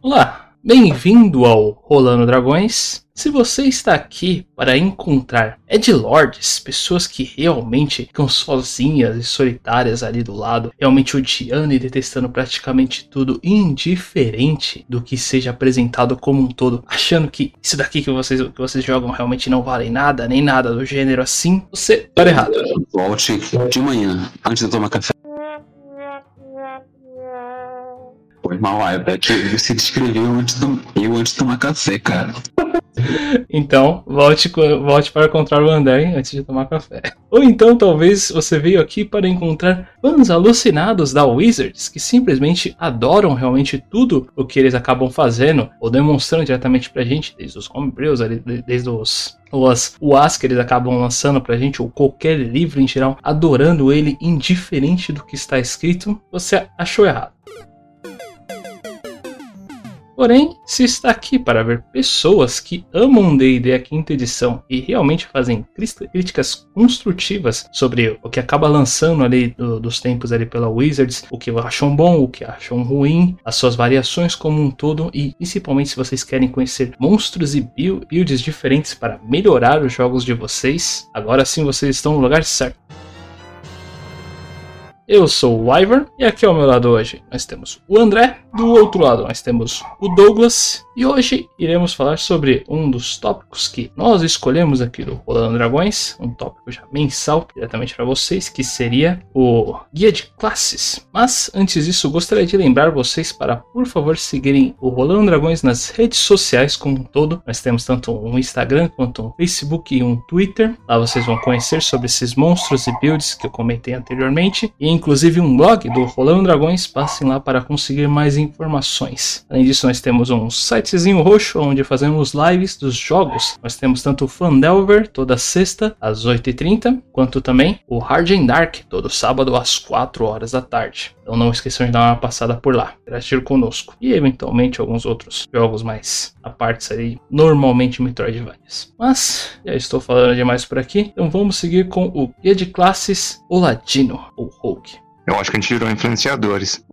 Olá, bem-vindo ao Rolando Dragões. Se você está aqui para encontrar edgelords, pessoas que realmente ficam sozinhas e solitárias ali do lado, realmente odiando e detestando praticamente tudo, indiferente do que seja apresentado como um todo, achando que isso daqui que vocês jogam realmente não vale nada, nem nada do gênero assim, você está errado. Volte de manhã, antes de tomar café. Foi mal, é que você descreveu antes de tomar café, cara. Então, volte para encontrar o André antes de tomar café. Ou então, talvez você veio aqui para encontrar fãs alucinados da Wizards, que simplesmente adoram realmente tudo o que eles acabam fazendo, ou demonstrando diretamente pra gente, desde os homebrews, desde os UAs que eles acabam lançando pra gente, ou qualquer livro em geral, adorando ele indiferente do que está escrito, você achou errado. Porém, se está aqui para ver pessoas que amam D&D a quinta edição e realmente fazem críticas construtivas sobre o que acaba lançando ali dos tempos ali pela Wizards, o que acham bom, o que acham ruim, as suas variações como um todo e principalmente se vocês querem conhecer monstros e builds diferentes para melhorar os jogos de vocês, agora sim vocês estão no lugar certo. Eu sou o Wyvern e aqui ao meu lado hoje nós temos o André, do outro lado nós temos o Douglas e hoje iremos falar sobre um dos tópicos que nós escolhemos aqui do Rolando Dragões, um tópico já mensal diretamente para vocês, que seria o Guia de Classes. Mas antes disso gostaria de lembrar vocês para por favor seguirem o Rolando Dragões nas redes sociais como um todo. Nós temos tanto um Instagram quanto um Facebook e um Twitter, lá vocês vão conhecer sobre esses monstros e builds que eu comentei anteriormente e inclusive um blog do Rolando Dragões, passem lá para conseguir mais informações. Além disso, nós temos um sitezinho roxo onde fazemos lives dos jogos. Nós temos tanto o Fandelver toda sexta às 8h30, quanto também o Hard and Dark todo sábado às 4 horas da tarde. Então não esqueçam de dar uma passada por lá, interagir conosco. E eventualmente alguns outros jogos mais à parte ali, normalmente Metroidvanias. Mas já estou falando demais por aqui, então vamos seguir com o Guia de Classes Oladino, ou Rogue. Eu acho que a gente virou influenciadores.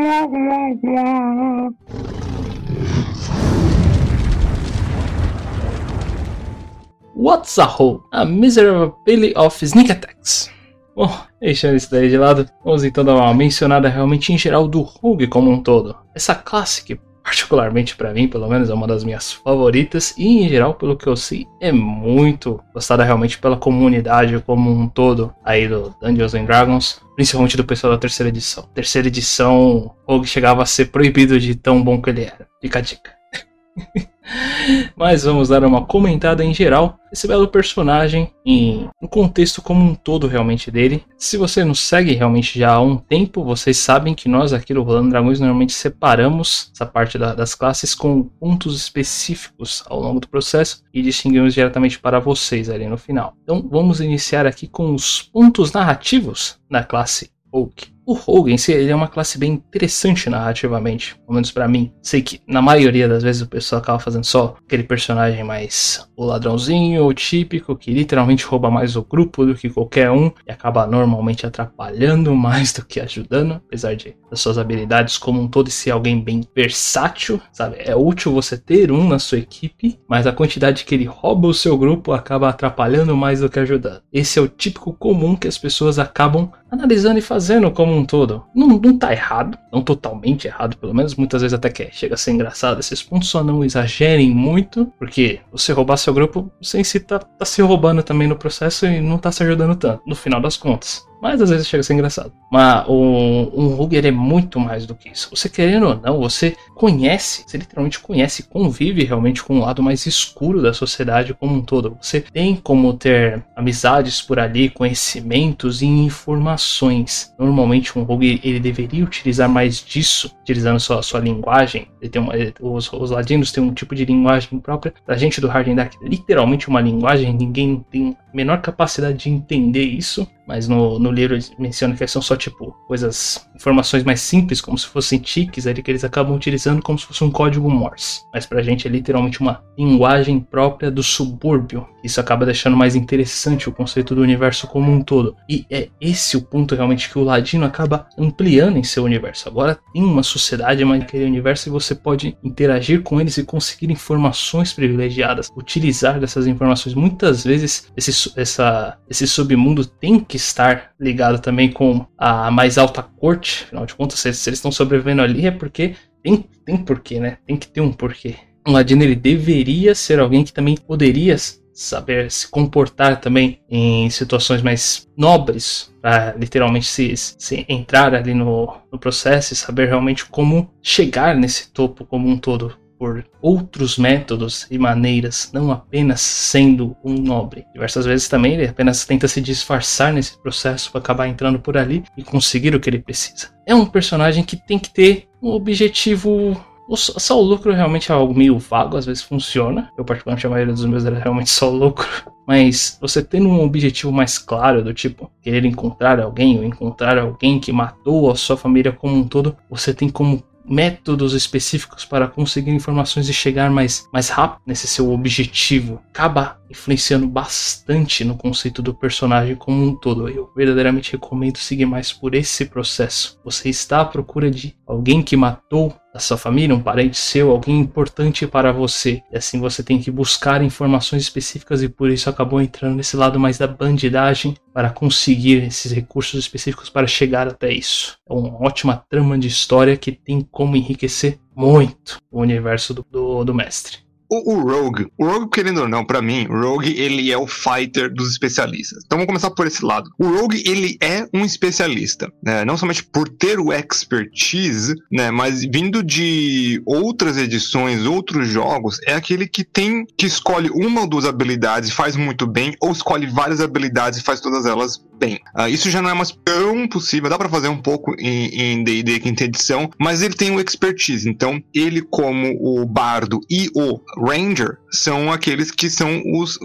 What's a Rogue? A Miserability of Sneak Attacks. Bom, deixando isso daí de lado, vamos então dar uma mencionada realmente em geral do Rogue como um todo. Essa classe que particularmente para mim, pelo menos, é uma das minhas favoritas e em geral, pelo que eu sei, é muito gostada realmente pela comunidade como um todo aí do Dungeons & Dragons, principalmente do pessoal da terceira edição. Terceira edição, o Rogue chegava a ser proibido de tão bom que ele era. Fica a dica. Mas vamos dar uma comentada em geral esse belo personagem no contexto como um todo realmente dele. Se você nos segue realmente já há um tempo, vocês sabem que nós aqui no Rolando Dragões normalmente separamos essa parte das classes com pontos específicos ao longo do processo e distinguimos diretamente para vocês ali no final. Então vamos iniciar aqui com os pontos narrativos da classe Rogue. O Rogue em si ele é uma classe bem interessante narrativamente, pelo menos pra mim. Sei que na maioria das vezes o pessoal acaba fazendo só aquele personagem mais o ladrãozinho, o típico, que literalmente rouba mais o grupo do que qualquer um e acaba normalmente atrapalhando mais do que ajudando, apesar das suas habilidades como um todo e ser alguém bem versátil, sabe? É útil você ter um na sua equipe, mas a quantidade que ele rouba o seu grupo acaba atrapalhando mais do que ajudando. Esse é o típico comum que as pessoas acabam analisando e fazendo como um todo. Não tá errado, não totalmente errado, pelo menos muitas vezes até que chega a ser engraçado esses pontos, só não exagerem muito, porque você roubar seu grupo, você em si tá se roubando também no processo e não tá se ajudando tanto, no final das contas. Mas às vezes chega a ser engraçado. Mas um Rogue ele é muito mais do que isso. Você querendo ou não, você literalmente conhece e convive realmente com o lado mais escuro da sociedade como um todo. Você tem como ter amizades por ali, conhecimentos e informações. Normalmente um Rogue ele deveria utilizar mais disso, utilizando sua linguagem. Os ladinos têm um tipo de linguagem própria. Pra gente do Hard and Dark, literalmente uma linguagem, ninguém tem a menor capacidade de entender isso. mas no livro eles mencionam que são só tipo informações mais simples, como se fossem tiques ali que eles acabam utilizando como se fosse um código Morse. Mas pra gente é literalmente uma linguagem própria do subúrbio. Isso acaba deixando mais interessante o conceito do universo como um todo. E é esse o ponto realmente que o Ladino acaba ampliando em seu universo. Agora tem uma sociedade naquele universo e você pode interagir com eles e conseguir informações privilegiadas, utilizar dessas informações. Muitas vezes esse submundo tem que estar ligado também com a mais alta corte. Afinal de contas, se eles estão sobrevivendo ali é porque tem porquê, né? Tem que ter um porquê. O Ladino, ele deveria ser alguém que também poderia saber se comportar também em situações mais nobres, para literalmente se entrar ali no processo e saber realmente como chegar nesse topo como um todo, por outros métodos e maneiras, não apenas sendo um nobre. Diversas vezes também ele apenas tenta se disfarçar nesse processo para acabar entrando por ali e conseguir o que ele precisa. É um personagem que tem que ter um objetivo. Só o lucro realmente é algo meio vago, às vezes funciona. Eu, particularmente, a maioria dos meus era realmente só o lucro. Mas você tendo um objetivo mais claro, do tipo querer encontrar alguém ou encontrar alguém que matou a sua família como um todo, você tem como métodos específicos para conseguir informações e chegar mais rápido nesse seu objetivo. Acaba influenciando bastante no conceito do personagem como um todo. Eu verdadeiramente recomendo seguir mais por esse processo. Você está à procura de alguém que matou a sua família, um parente seu, alguém importante para você. E assim você tem que buscar informações específicas e por isso acabou entrando nesse lado mais da bandidagem para conseguir esses recursos específicos para chegar até isso. É uma ótima trama de história que tem como enriquecer muito o universo do mestre. O Rogue, querendo ou não, pra mim, o Rogue, ele é o fighter dos especialistas. Então vamos começar por esse lado. O Rogue, ele é um especialista, né? Não somente por ter o expertise, né? Mas vindo de outras edições, outros jogos, é aquele que escolhe uma ou duas habilidades e faz muito bem, ou escolhe várias habilidades e faz todas elas bem. Isso já não é mais tão possível, dá pra fazer um pouco em D&D quinta edição, mas ele tem o expertise. Então ele, como o bardo e o Ranger, são aqueles que são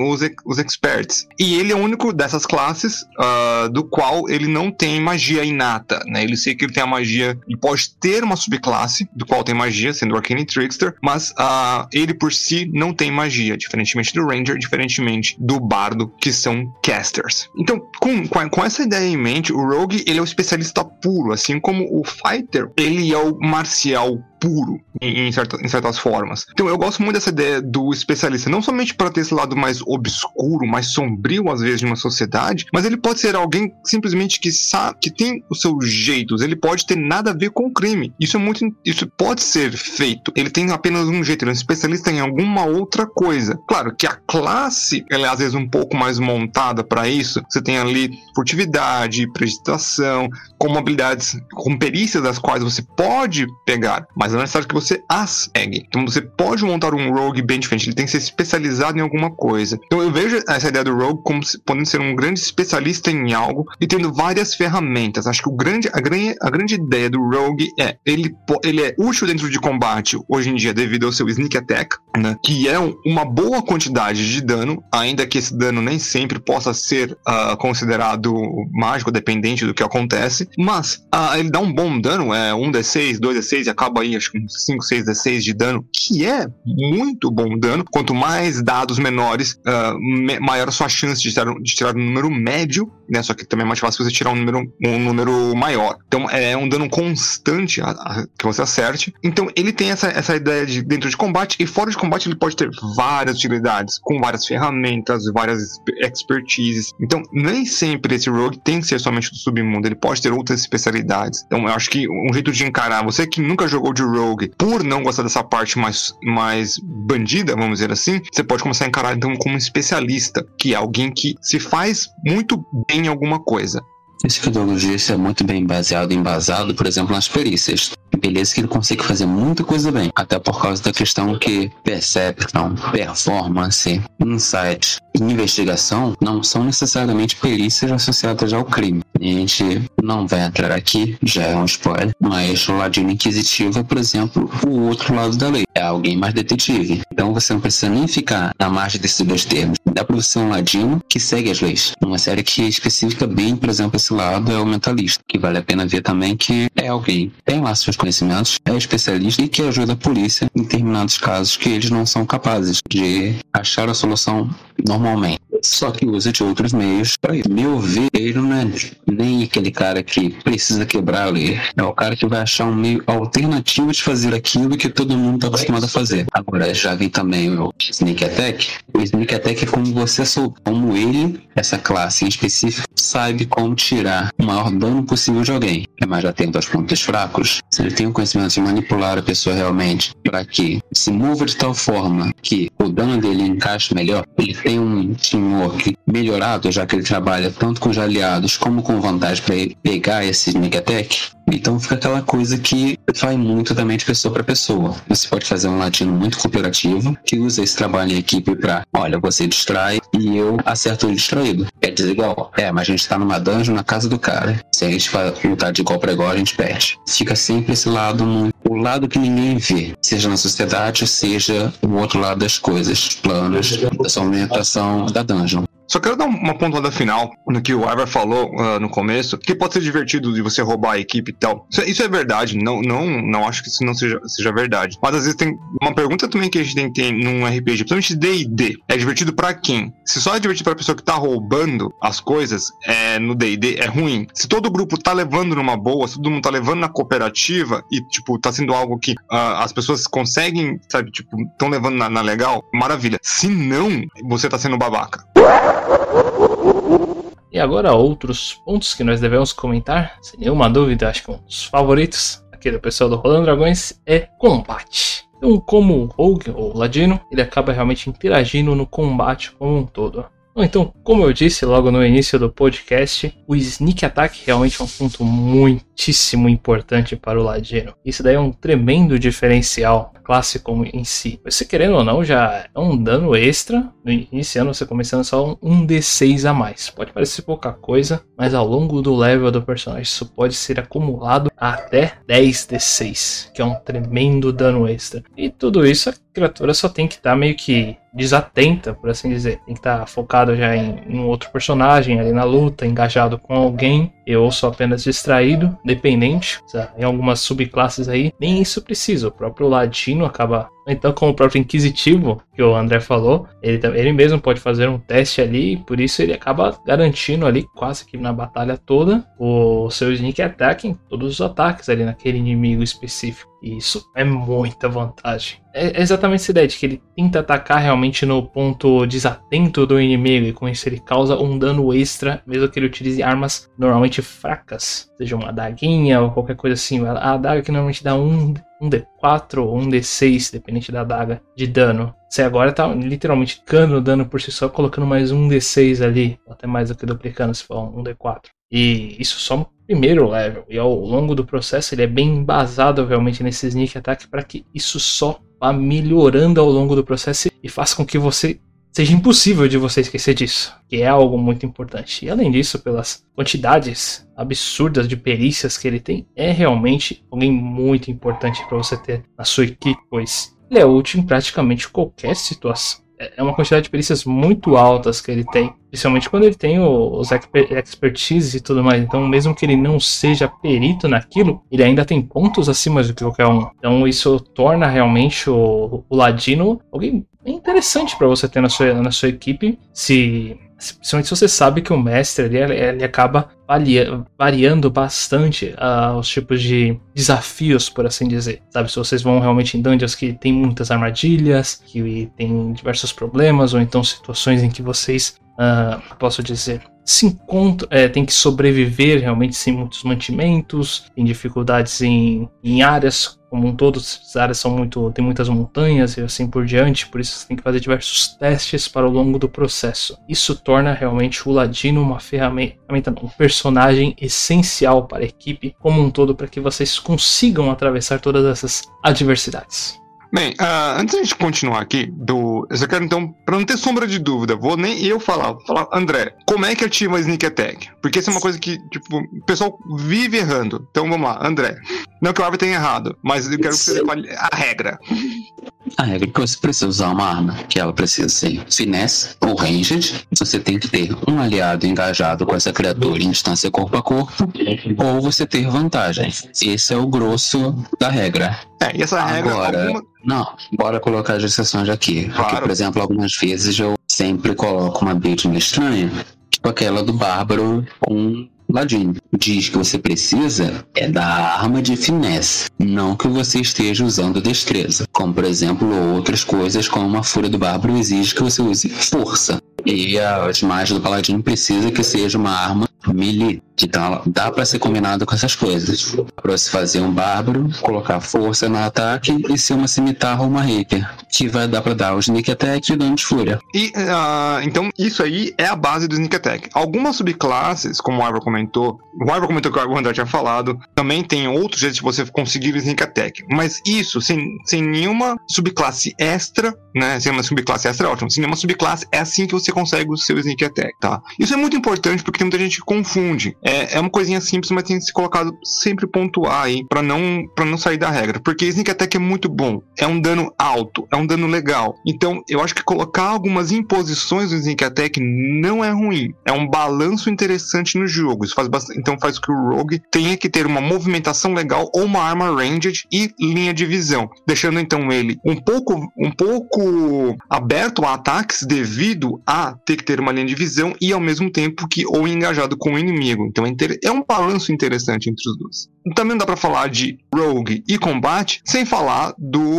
os experts. E ele é o único dessas classes do qual ele não tem magia inata, né? Ele sei que ele tem a magia, ele pode ter uma subclasse do qual tem magia, sendo o Arcane Trickster, mas ele por si não tem magia, diferentemente do Ranger, diferentemente do bardo, que são casters. Então, com essa ideia em mente, o Rogue, ele é o especialista puro, assim como o Fighter, ele é o marcial puro, em certas formas. Então eu gosto muito dessa ideia do especialista, não somente para ter esse lado mais obscuro, mais sombrio às vezes de uma sociedade, mas ele pode ser alguém simplesmente que sabe, que tem os seus jeitos, ele pode ter nada a ver com o crime. Isso pode ser feito. Ele tem apenas um jeito, ele é um especialista em alguma outra coisa. Claro que a classe, ela é às vezes um pouco mais montada para isso. Você tem ali furtividade, prestidigitação, como habilidades, com perícias das quais você pode pegar, mas não é necessário que você as pegue. Então você pode montar um Rogue bem diferente, ele tem que ser especializado em alguma coisa. Então eu vejo essa ideia do Rogue como podendo ser um grande especialista em algo e tendo várias ferramentas. Acho que a grande ideia do Rogue é, ele é útil dentro de combate hoje em dia devido ao seu Sneak Attack, né, que é uma boa quantidade de dano, ainda que esse dano nem sempre possa ser considerado mágico, dependente do que acontece, mas ele dá um bom dano, 1d6, 2d6 e acaba aí acho que uns 5, 6d6 de dano, que é muito bom dano. Quanto mais dados menores, maior a sua chance de tirar um número médio, né? Só que também é mais fácil você tirar um número maior. Então é um dano constante que você acerte. Então ele tem essa ideia de dentro de combate, e fora de combate ele pode ter várias utilidades, com várias ferramentas, várias expertises. Então nem sempre esse Rogue tem que ser somente do submundo, ele pode ter outras especialidades. Então eu acho que um jeito de encarar, você que nunca jogou de Rogue, por não gostar dessa parte mais bandida, vamos dizer assim, você pode começar a encarar então como um especialista, que é alguém que se faz muito bem em alguma coisa. Isso que o Douglas disse é muito bem embasado, por exemplo, nas perícias. Beleza que ele consegue fazer muita coisa bem, até por causa da questão que percepção, performance, insight e investigação não são necessariamente perícias associadas ao crime. A gente não vai entrar aqui, já é um spoiler, mas o ladino inquisitivo é, por exemplo, o outro lado da lei. É alguém mais detetive. Então você não precisa nem ficar na margem desses dois termos, dá pra você ser um ladino que segue as leis. Uma série que especifica bem, por exemplo, esse lado é o Mentalista, que vale a pena ver também, que é alguém que tem lá seus conhecimentos, é especialista e que ajuda a polícia em determinados casos que eles não são capazes de achar a solução normalmente. Só que usa de outros meios para isso. Meu ver, ele não é nem aquele cara que precisa quebrar a lei. É o cara que vai achar um meio alternativo de fazer aquilo que todo mundo está acostumado a fazer. Agora, já vem também o Sneak Attack. O Sneak Attack é como você como ele, essa classe em específico, sabe como tirar o maior dano possível de alguém. É mais atento aos pontos fracos. Se ele tem o conhecimento de manipular a pessoa realmente para que se mova de tal forma que o dano dele encaixe melhor, ele tem um teamwork melhorado, já que ele trabalha tanto com os aliados como com vantagem para ele pegar esse Sneak Attack. Então fica aquela coisa que vai muito também de pessoa para pessoa. Você pode fazer um latino muito cooperativo, que usa esse trabalho em equipe para, olha, você distrai e eu acerto ele distraído. É desigual? Mas a gente tá numa dungeon na casa do cara. Se a gente vai lutar de igual para igual, a gente perde. Fica sempre esse lado, o lado que ninguém vê. Seja na sociedade, seja o outro lado das coisas, planos, da sua alimentação da dungeon. Só quero dar uma pontuada final no que o Ivar falou no começo, que pode ser divertido de você roubar a equipe e tal. Isso é verdade, não acho que isso não seja verdade. Mas às vezes tem uma pergunta também que a gente tem que ter num RPG, principalmente D&D. É divertido pra quem? Se só é divertido pra pessoa que tá roubando as coisas, no D&D é ruim. Se todo o grupo tá levando numa boa, se todo mundo tá levando na cooperativa e, tipo, tá sendo algo que as pessoas conseguem, sabe, tipo, tão levando na legal, maravilha. Se não, você tá sendo babaca. E agora outros pontos que nós devemos comentar, sem nenhuma dúvida, acho que um dos favoritos aqui do pessoal do Rolando Dragões é combate. Então, como o Rogue ou Ladino, ele acaba realmente interagindo no combate como um todo. Então, como eu disse logo no início do podcast, o Sneak Attack realmente é um ponto muitíssimo importante para o Ladino. Isso daí é um tremendo diferencial clássico em si. Você querendo ou não, já é um dano extra, iniciando você começando só um D6 a mais. Pode parecer pouca coisa, mas ao longo do level do personagem isso pode ser acumulado até 10 D6, que é um tremendo dano extra. E tudo isso a criatura só tem que estar meio que desatenta, por assim dizer. Tem que estar focado já em um outro personagem ali na luta, engajado com alguém, ou só apenas distraído, dependente. Em algumas subclasses aí, nem isso precisa. O próprio Ladino acaba... Então, como o próprio Inquisitivo, que o André falou, ele mesmo pode fazer um teste ali, por isso ele acaba garantindo ali, quase que na batalha toda, o seu Sneak Attack em todos os ataques ali naquele inimigo específico. E isso é muita vantagem. É exatamente essa ideia de que ele tenta atacar realmente no ponto desatento do inimigo, e com isso ele causa um dano extra, mesmo que ele utilize armas normalmente fracas, seja uma adaguinha ou qualquer coisa assim. A adaga que normalmente dá um D4 ou um D6, dependente da adaga, de dano. Você agora tá literalmente dando dano por si só, colocando mais um D6 ali, até mais do que duplicando se for um D4. E isso só no primeiro level. E ao longo do processo ele é bem embasado realmente nesse Sneak Attack para que isso só vá melhorando ao longo do processo e faça com que seja impossível de você esquecer disso, que é algo muito importante. E além disso, pelas quantidades absurdas de perícias que ele tem, é realmente alguém muito importante para você ter na sua equipe, pois ele é útil em praticamente qualquer situação. É uma quantidade de perícias muito altas que ele tem, principalmente quando ele tem os expertise e tudo mais. Então, mesmo que ele não seja perito naquilo, ele ainda tem pontos acima de qualquer um. Então, isso torna realmente o Ladino alguém bem interessante para você ter na sua equipe, principalmente se você sabe que o mestre ele acaba variando bastante os tipos de desafios, por assim dizer. Sabe, se vocês vão realmente em dungeons que tem muitas armadilhas, que tem diversos problemas, ou então situações em que vocês, posso dizer, se encontram, tem que sobreviver realmente sem muitos mantimentos, tem dificuldades em áreas como um todo. As áreas tem muitas montanhas e assim por diante, por isso você tem que fazer diversos testes para o longo do processo. Isso torna realmente o Ladino uma um personagem essencial para a equipe como um todo, para que vocês consigam atravessar todas essas adversidades. Bem, antes de a gente continuar aqui, eu só quero então, pra não ter sombra de dúvida, vou nem eu falar, André, como é que ativa a Sneak Attack? Porque isso é uma coisa que, tipo, o pessoal vive errando. Então vamos lá, André. Não que o Ivar tenha errado, mas eu quero que você fale a regra. a regra que você precisa usar uma arma, que ela precisa ser finesse ou ranged, você tem que ter um aliado engajado com essa criatura em distância corpo a corpo, ou você ter vantagem. Esse é o grosso da regra. E essa regra... Agora, não, bora colocar as exceções aqui. Claro. Porque, por exemplo, algumas vezes eu sempre coloco uma build meio estranha, tipo aquela do Bárbaro com Ladino. Diz que você precisa da arma de finesse, não que você esteja usando destreza. Como, por exemplo, outras coisas como a Fúria do Bárbaro exige que você use força. E a imagem do Paladino precisa que seja uma arma melee. Então dá pra ser combinado com essas coisas. Pra você fazer um bárbaro, colocar força no ataque e ser uma cimitarra ou uma rapier, que vai dar pra dar o sneak attack e dano de fúria. E então isso aí é a base do sneak attack. Algumas subclasses, como o Ivor comentou que o André tinha falado, também tem outros jeitos de você conseguir o sneak attack. Mas isso sem nenhuma subclasse extra, né? Sem uma subclasse extra é ótimo. Sem nenhuma subclasse é assim que você consegue o seu sneak attack, tá? Isso é muito importante porque tem muita gente que confunde. É uma coisinha simples, mas tem que ser colocado sempre pontuar aí pra não sair da regra. Porque sneak attack é muito bom. É um dano alto, é um dano legal. Então eu acho que colocar algumas imposições no sneak attack não é ruim. É um balanço interessante no jogo. Isso então faz com que o Rogue tenha que ter uma movimentação legal ou uma arma ranged e linha de visão, deixando então ele um pouco aberto a ataques devido a ter que ter uma linha de visão e ao mesmo tempo que ou engajado com o inimigo. Então é um balanço interessante entre os dois. Também não dá pra falar de Rogue e combate sem falar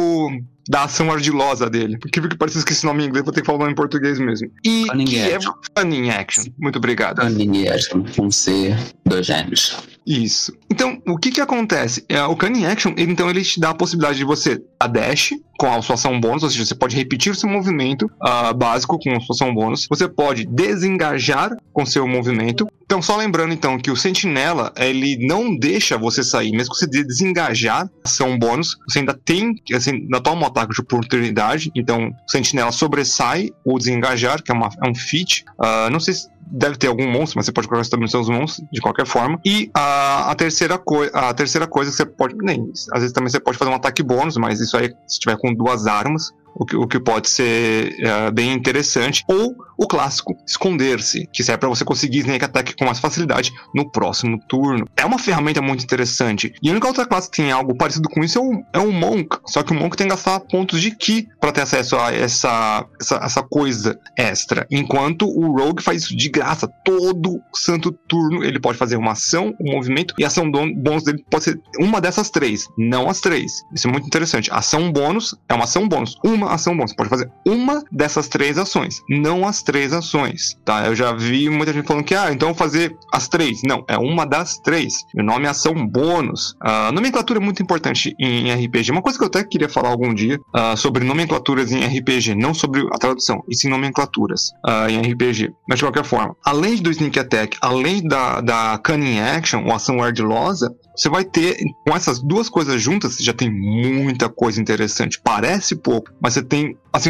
da ação ardilosa dele. Porque fica parecendo que esse nome em inglês, vou ter que falar o nome em português mesmo. E que é Cunning Action. Muito obrigado. Cunning Action, com C, 2 gêneros. Isso. Então, o que acontece? O Cunning Action, ele te dá a possibilidade de você dar dash com a sua ação bônus, ou seja, você pode repetir o seu movimento básico com a sua ação bônus. Você pode desengajar com seu movimento. Então, só lembrando então que o Sentinela, ele não deixa você sair, mesmo que você desengajar a ação bônus, você ainda toma um ataque de oportunidade. Então, o Sentinela sobressai o desengajar, que é um feat. Não sei se deve ter algum monstro, mas você pode colocar isso também nos seus monstros, de qualquer forma. E a terceira coisa que você pode... às vezes também você pode fazer um ataque bônus, mas isso aí se tiver com 2 armas, o que pode ser bem interessante. Ou o clássico, esconder-se, que serve para você conseguir sneak attack com mais facilidade no próximo turno. É uma ferramenta muito interessante. E a única outra classe que tem algo parecido com isso é o Monk. Só que o Monk tem que gastar pontos de Ki para ter acesso a essa coisa extra. Enquanto o Rogue faz isso de graça. Todo santo turno ele pode fazer uma ação, um movimento, e a ação bônus dele pode ser uma dessas 3, não as 3. Isso é muito interessante. Ação bônus é uma ação bônus. Uma ação bônus. Você pode fazer uma dessas 3 ações, não as 3 ações, tá? Eu já vi muita gente falando que, então vou fazer as 3. Não, é uma das 3. O nome é ação bônus. A nomenclatura é muito importante em RPG. Uma coisa que eu até queria falar algum dia sobre nomenclaturas em RPG, não sobre a tradução, e sim nomenclaturas em RPG. Mas de qualquer forma, além do Sneak Attack, além da Cunning Action, ou ação ardilosa, você vai ter, com essas duas coisas juntas, você já tem muita coisa interessante. Parece pouco, mas você tem assim,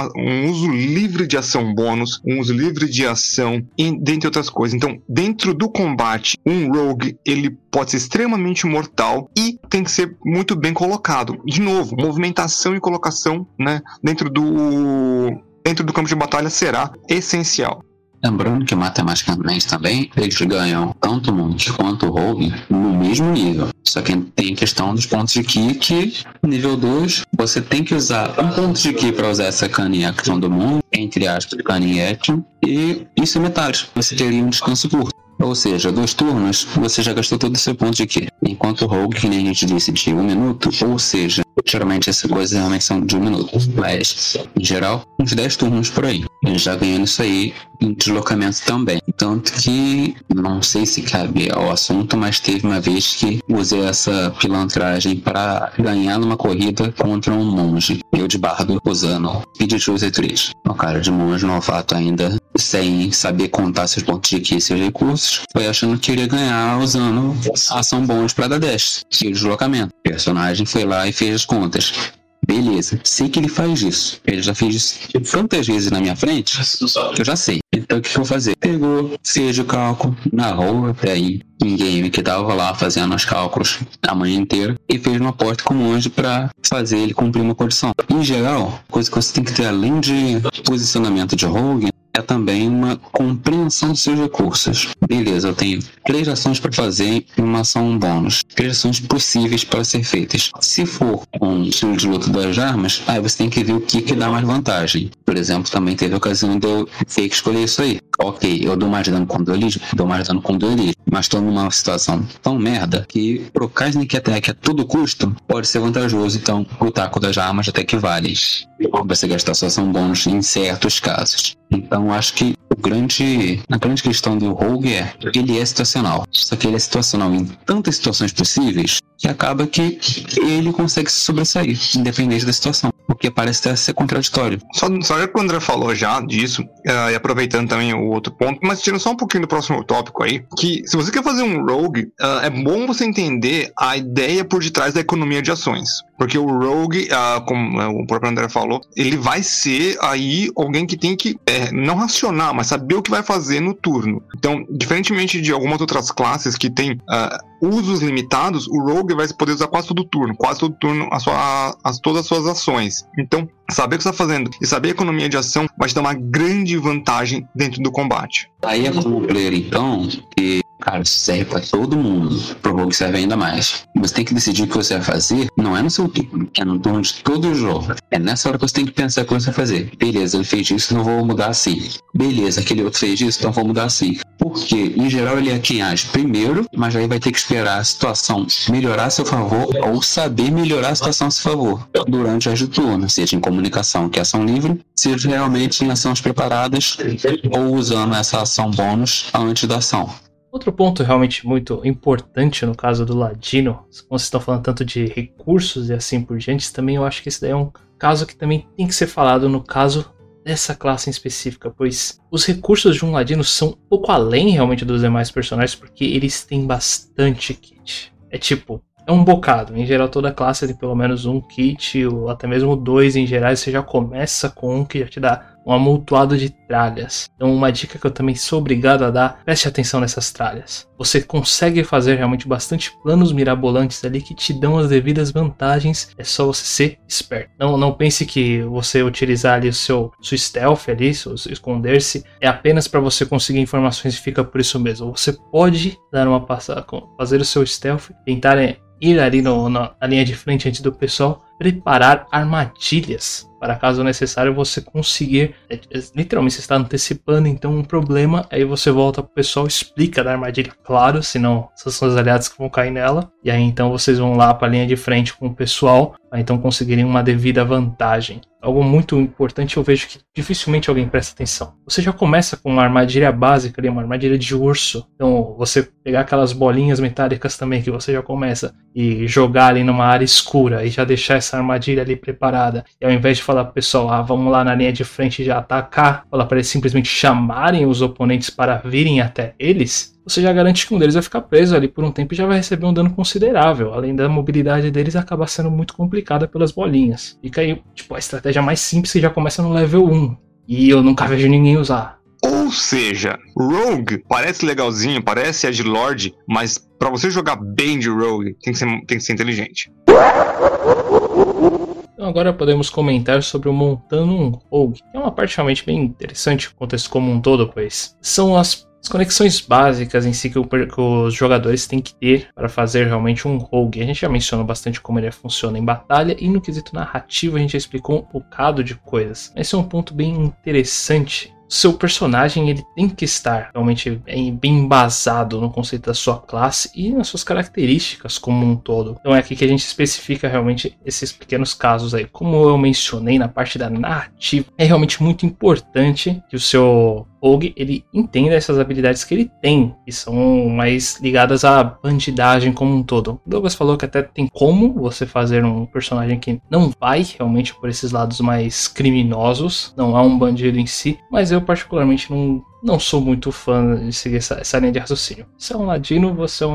um uso livre de ação bônus, um uso livre de ação, dentre outras coisas. Então, dentro do combate, um Rogue, ele pode ser extremamente mortal e tem que ser muito bem colocado. De novo, movimentação e colocação, né, dentro do campo de batalha será essencial. Lembrando que matematicamente também eles ganham tanto o Monk quanto o Rogue no mesmo nível. Só que tem a questão dos pontos de Ki, que nível 2 você tem que usar um ponto de Ki para usar essa Cunning Action do Monk, entre aspas, Cunning Action, e isso é metade. Você teria um descanso curto. Ou seja, 2 turnos, você já gastou todo o seu ponto de Ki. Enquanto o Rogue, que nem a gente disse, de 1 minuto, ou seja, geralmente essas coisas realmente são de 1 minuto, mas em geral, uns 10 turnos por aí. Ele já ganhando isso aí em deslocamento também. Tanto que, não sei se cabe ao assunto, mas teve uma vez que usei essa pilantragem para ganhar numa corrida contra um monge. Eu de bardo usando Speed Choose 3. Um cara de monge novato ainda, sem saber contar seus pontos de Ki e seus recursos, foi achando que iria ganhar usando ação bônus para dar dash e o deslocamento. O personagem foi lá e fez as contas. Beleza, sei que ele faz isso. Ele já fez isso tantas vezes na minha frente que eu já sei. Ele Então o que eu vou fazer? Pegou, fez o cálculo, narrou até aí em game que tava lá fazendo os cálculos a manhã inteira e fez uma aposta com o anjo para fazer ele cumprir uma condição. Em geral, coisa que você tem que ter além de posicionamento de rogue é também uma compreensão dos seus recursos. Beleza, eu tenho 3 ações para fazer em uma ação bônus. 3 ações possíveis para ser feitas. Se for um estilo de luta das armas, aí você tem que ver o que dá mais vantagem. Por exemplo, também teve a ocasião de eu ter que escolher isso aí. Ok, eu dou mais dano com duelismo, mas estou numa situação tão merda que trocar Sneak Attack a todo custo pode ser vantajoso, então o taco das armas até que vale. Você gastar sua ação bônus em certos casos. Então acho que a grande questão do rogue é ele é situacional. Só que ele é situacional em tantas situações possíveis que acaba que ele consegue se sobressair, independente da situação. O que parece até ser contraditório. Só que o André falou já disso, e aproveitando também o outro ponto, mas tirando só um pouquinho do próximo tópico aí, que se você quer fazer um rogue, é bom você entender a ideia por detrás da economia de ações. Porque o rogue, como o próprio André falou, ele vai ser aí alguém que tem que não racionar, mas saber o que vai fazer no turno. Então, diferentemente de algumas outras classes que tem usos limitados, o rogue vai poder usar quase todo turno todas as suas ações. Então, saber o que você está fazendo e saber a economia de ação vai te dar uma grande vantagem dentro do combate. Aí é como player, então, que cara, isso serve pra todo mundo. Pro rogue serve ainda mais. Você tem que decidir o que você vai fazer, não é no seu turno, é no turno de todo o jogo. É nessa hora que você tem que pensar o que você vai fazer. Beleza, ele fez isso, então vou mudar assim. Beleza, aquele outro fez isso, então vou mudar assim. Porque, em geral, ele é quem age primeiro, mas aí vai ter que esperar a situação melhorar a seu favor ou saber melhorar a situação a seu favor durante o turno, seja em comunicação, que é ação livre, seja realmente em ações preparadas ou usando essa ação bônus antes da ação. Outro ponto realmente muito importante no caso do Ladino, como vocês estão falando tanto de recursos e assim por diante, também eu acho que esse daí é um caso que também tem que ser falado no caso dessa classe em específica, pois os recursos de um Ladino são um pouco além realmente dos demais personagens, porque eles têm bastante kit. É um bocado, em geral toda classe tem pelo menos um kit, ou até mesmo 2 em geral, você já começa com um que já te dá um amontoado de tralhas. Então uma dica que eu também sou obrigado a dar, preste atenção nessas tralhas. Você consegue fazer realmente bastante planos mirabolantes ali que te dão as devidas vantagens, é só você ser esperto. Não pense que você utilizar ali o seu stealth ali, seu esconder-se, é apenas para você conseguir informações e fica por isso mesmo. Você pode dar uma passada, fazer o seu stealth, tentar ir ali na linha de frente antes do pessoal, preparar armadilhas para caso necessário você conseguir, literalmente você está antecipando então um problema, aí você volta pro pessoal, explica da armadilha, claro, senão são seus aliados que vão cair nela, e aí então vocês vão lá para a linha de frente com o pessoal, para então conseguirem uma devida vantagem. Algo muito importante, eu vejo que dificilmente alguém presta atenção. Você já começa com uma armadilha básica ali, uma armadilha de urso. Então você pegar aquelas bolinhas metálicas também que você já começa e jogar ali numa área escura e já deixar essa armadilha ali preparada. E ao invés de falar pro pessoal, vamos lá na linha de frente e já atacar, falar para eles simplesmente chamarem os oponentes para virem até eles, você já garante que um deles vai ficar preso ali por um tempo e já vai receber um dano considerável. Além da mobilidade deles acaba sendo muito complicada pelas bolinhas. Fica aí, a estratégia mais simples que já começa no level 1. E eu nunca vejo ninguém usar. Ou seja, Rogue parece legalzinho, parece Edgelord, mas pra você jogar bem de Rogue, tem que ser inteligente. Então agora podemos comentar sobre o montando um Rogue. É uma parte realmente bem interessante, o contexto como um todo, pois são as conexões básicas em si que os jogadores têm que ter para fazer realmente um rogue. A gente já mencionou bastante como ele funciona em batalha e no quesito narrativo a gente já explicou um bocado de coisas. Esse é um ponto bem interessante. Seu personagem ele tem que estar realmente bem embasado no conceito da sua classe e nas suas características como um todo. Então é aqui que a gente especifica realmente esses pequenos casos aí. Como eu mencionei na parte da narrativa, é realmente muito importante que o seu rogue ele entenda essas habilidades que ele tem, que são mais ligadas à bandidagem como um todo. O Douglas falou que até tem como você fazer um personagem que não vai realmente por esses lados mais criminosos, não é um bandido em si, mas eu particularmente não sou muito fã de seguir essa linha de raciocínio. Você é um ladino,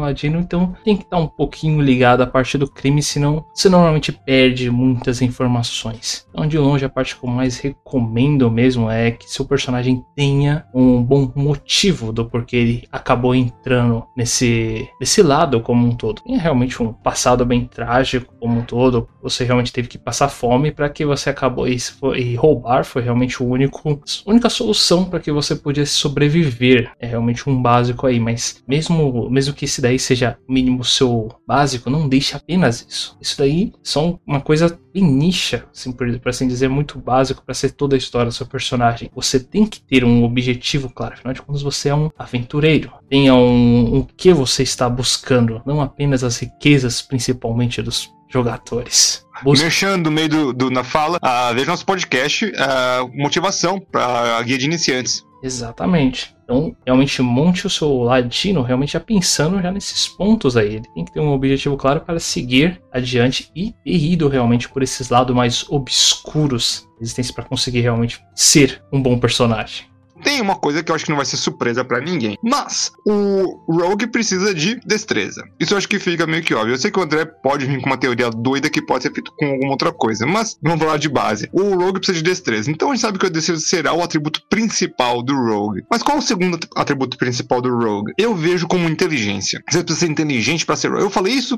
então tem que estar um pouquinho ligado à parte do crime, senão você normalmente perde muitas informações. Então, de longe, a parte que eu mais recomendo mesmo é que seu personagem tenha um bom motivo do porquê ele acabou entrando nesse lado como um todo. É realmente um passado bem trágico como um todo. Você realmente teve que passar fome para que você acabou e roubar foi realmente a única solução para que você pudesse sobreviver. É realmente um básico aí, mas mesmo que esse daí seja mínimo seu básico, não deixe apenas isso. Isso daí são uma coisa bem nicha, assim, por assim dizer, muito básico para ser toda a história do seu personagem. Você tem que ter um objetivo claro, afinal de contas você é um aventureiro. Tenha o que você está buscando, não apenas as riquezas, principalmente dos jogadores. Mexendo no meio na fala, veja nosso podcast, motivação para a guia de iniciantes. Exatamente. Então, realmente monte o seu ladino realmente já pensando já nesses pontos aí. Ele tem que ter um objetivo claro para seguir adiante e ter ido realmente por esses lados mais obscuros da existência para conseguir realmente ser um bom personagem. Tem uma coisa que eu acho que não vai ser surpresa pra ninguém, mas o Rogue precisa de destreza. Isso eu acho que fica meio que óbvio. Eu sei que o André pode vir com uma teoria doida que pode ser feita com alguma outra coisa, mas vamos falar de base. O Rogue precisa de destreza, então a gente sabe que a destreza será o atributo principal do Rogue. Mas qual é o segundo atributo principal do Rogue? Eu vejo como inteligência. Você precisa ser inteligente pra ser Rogue. Eu falei isso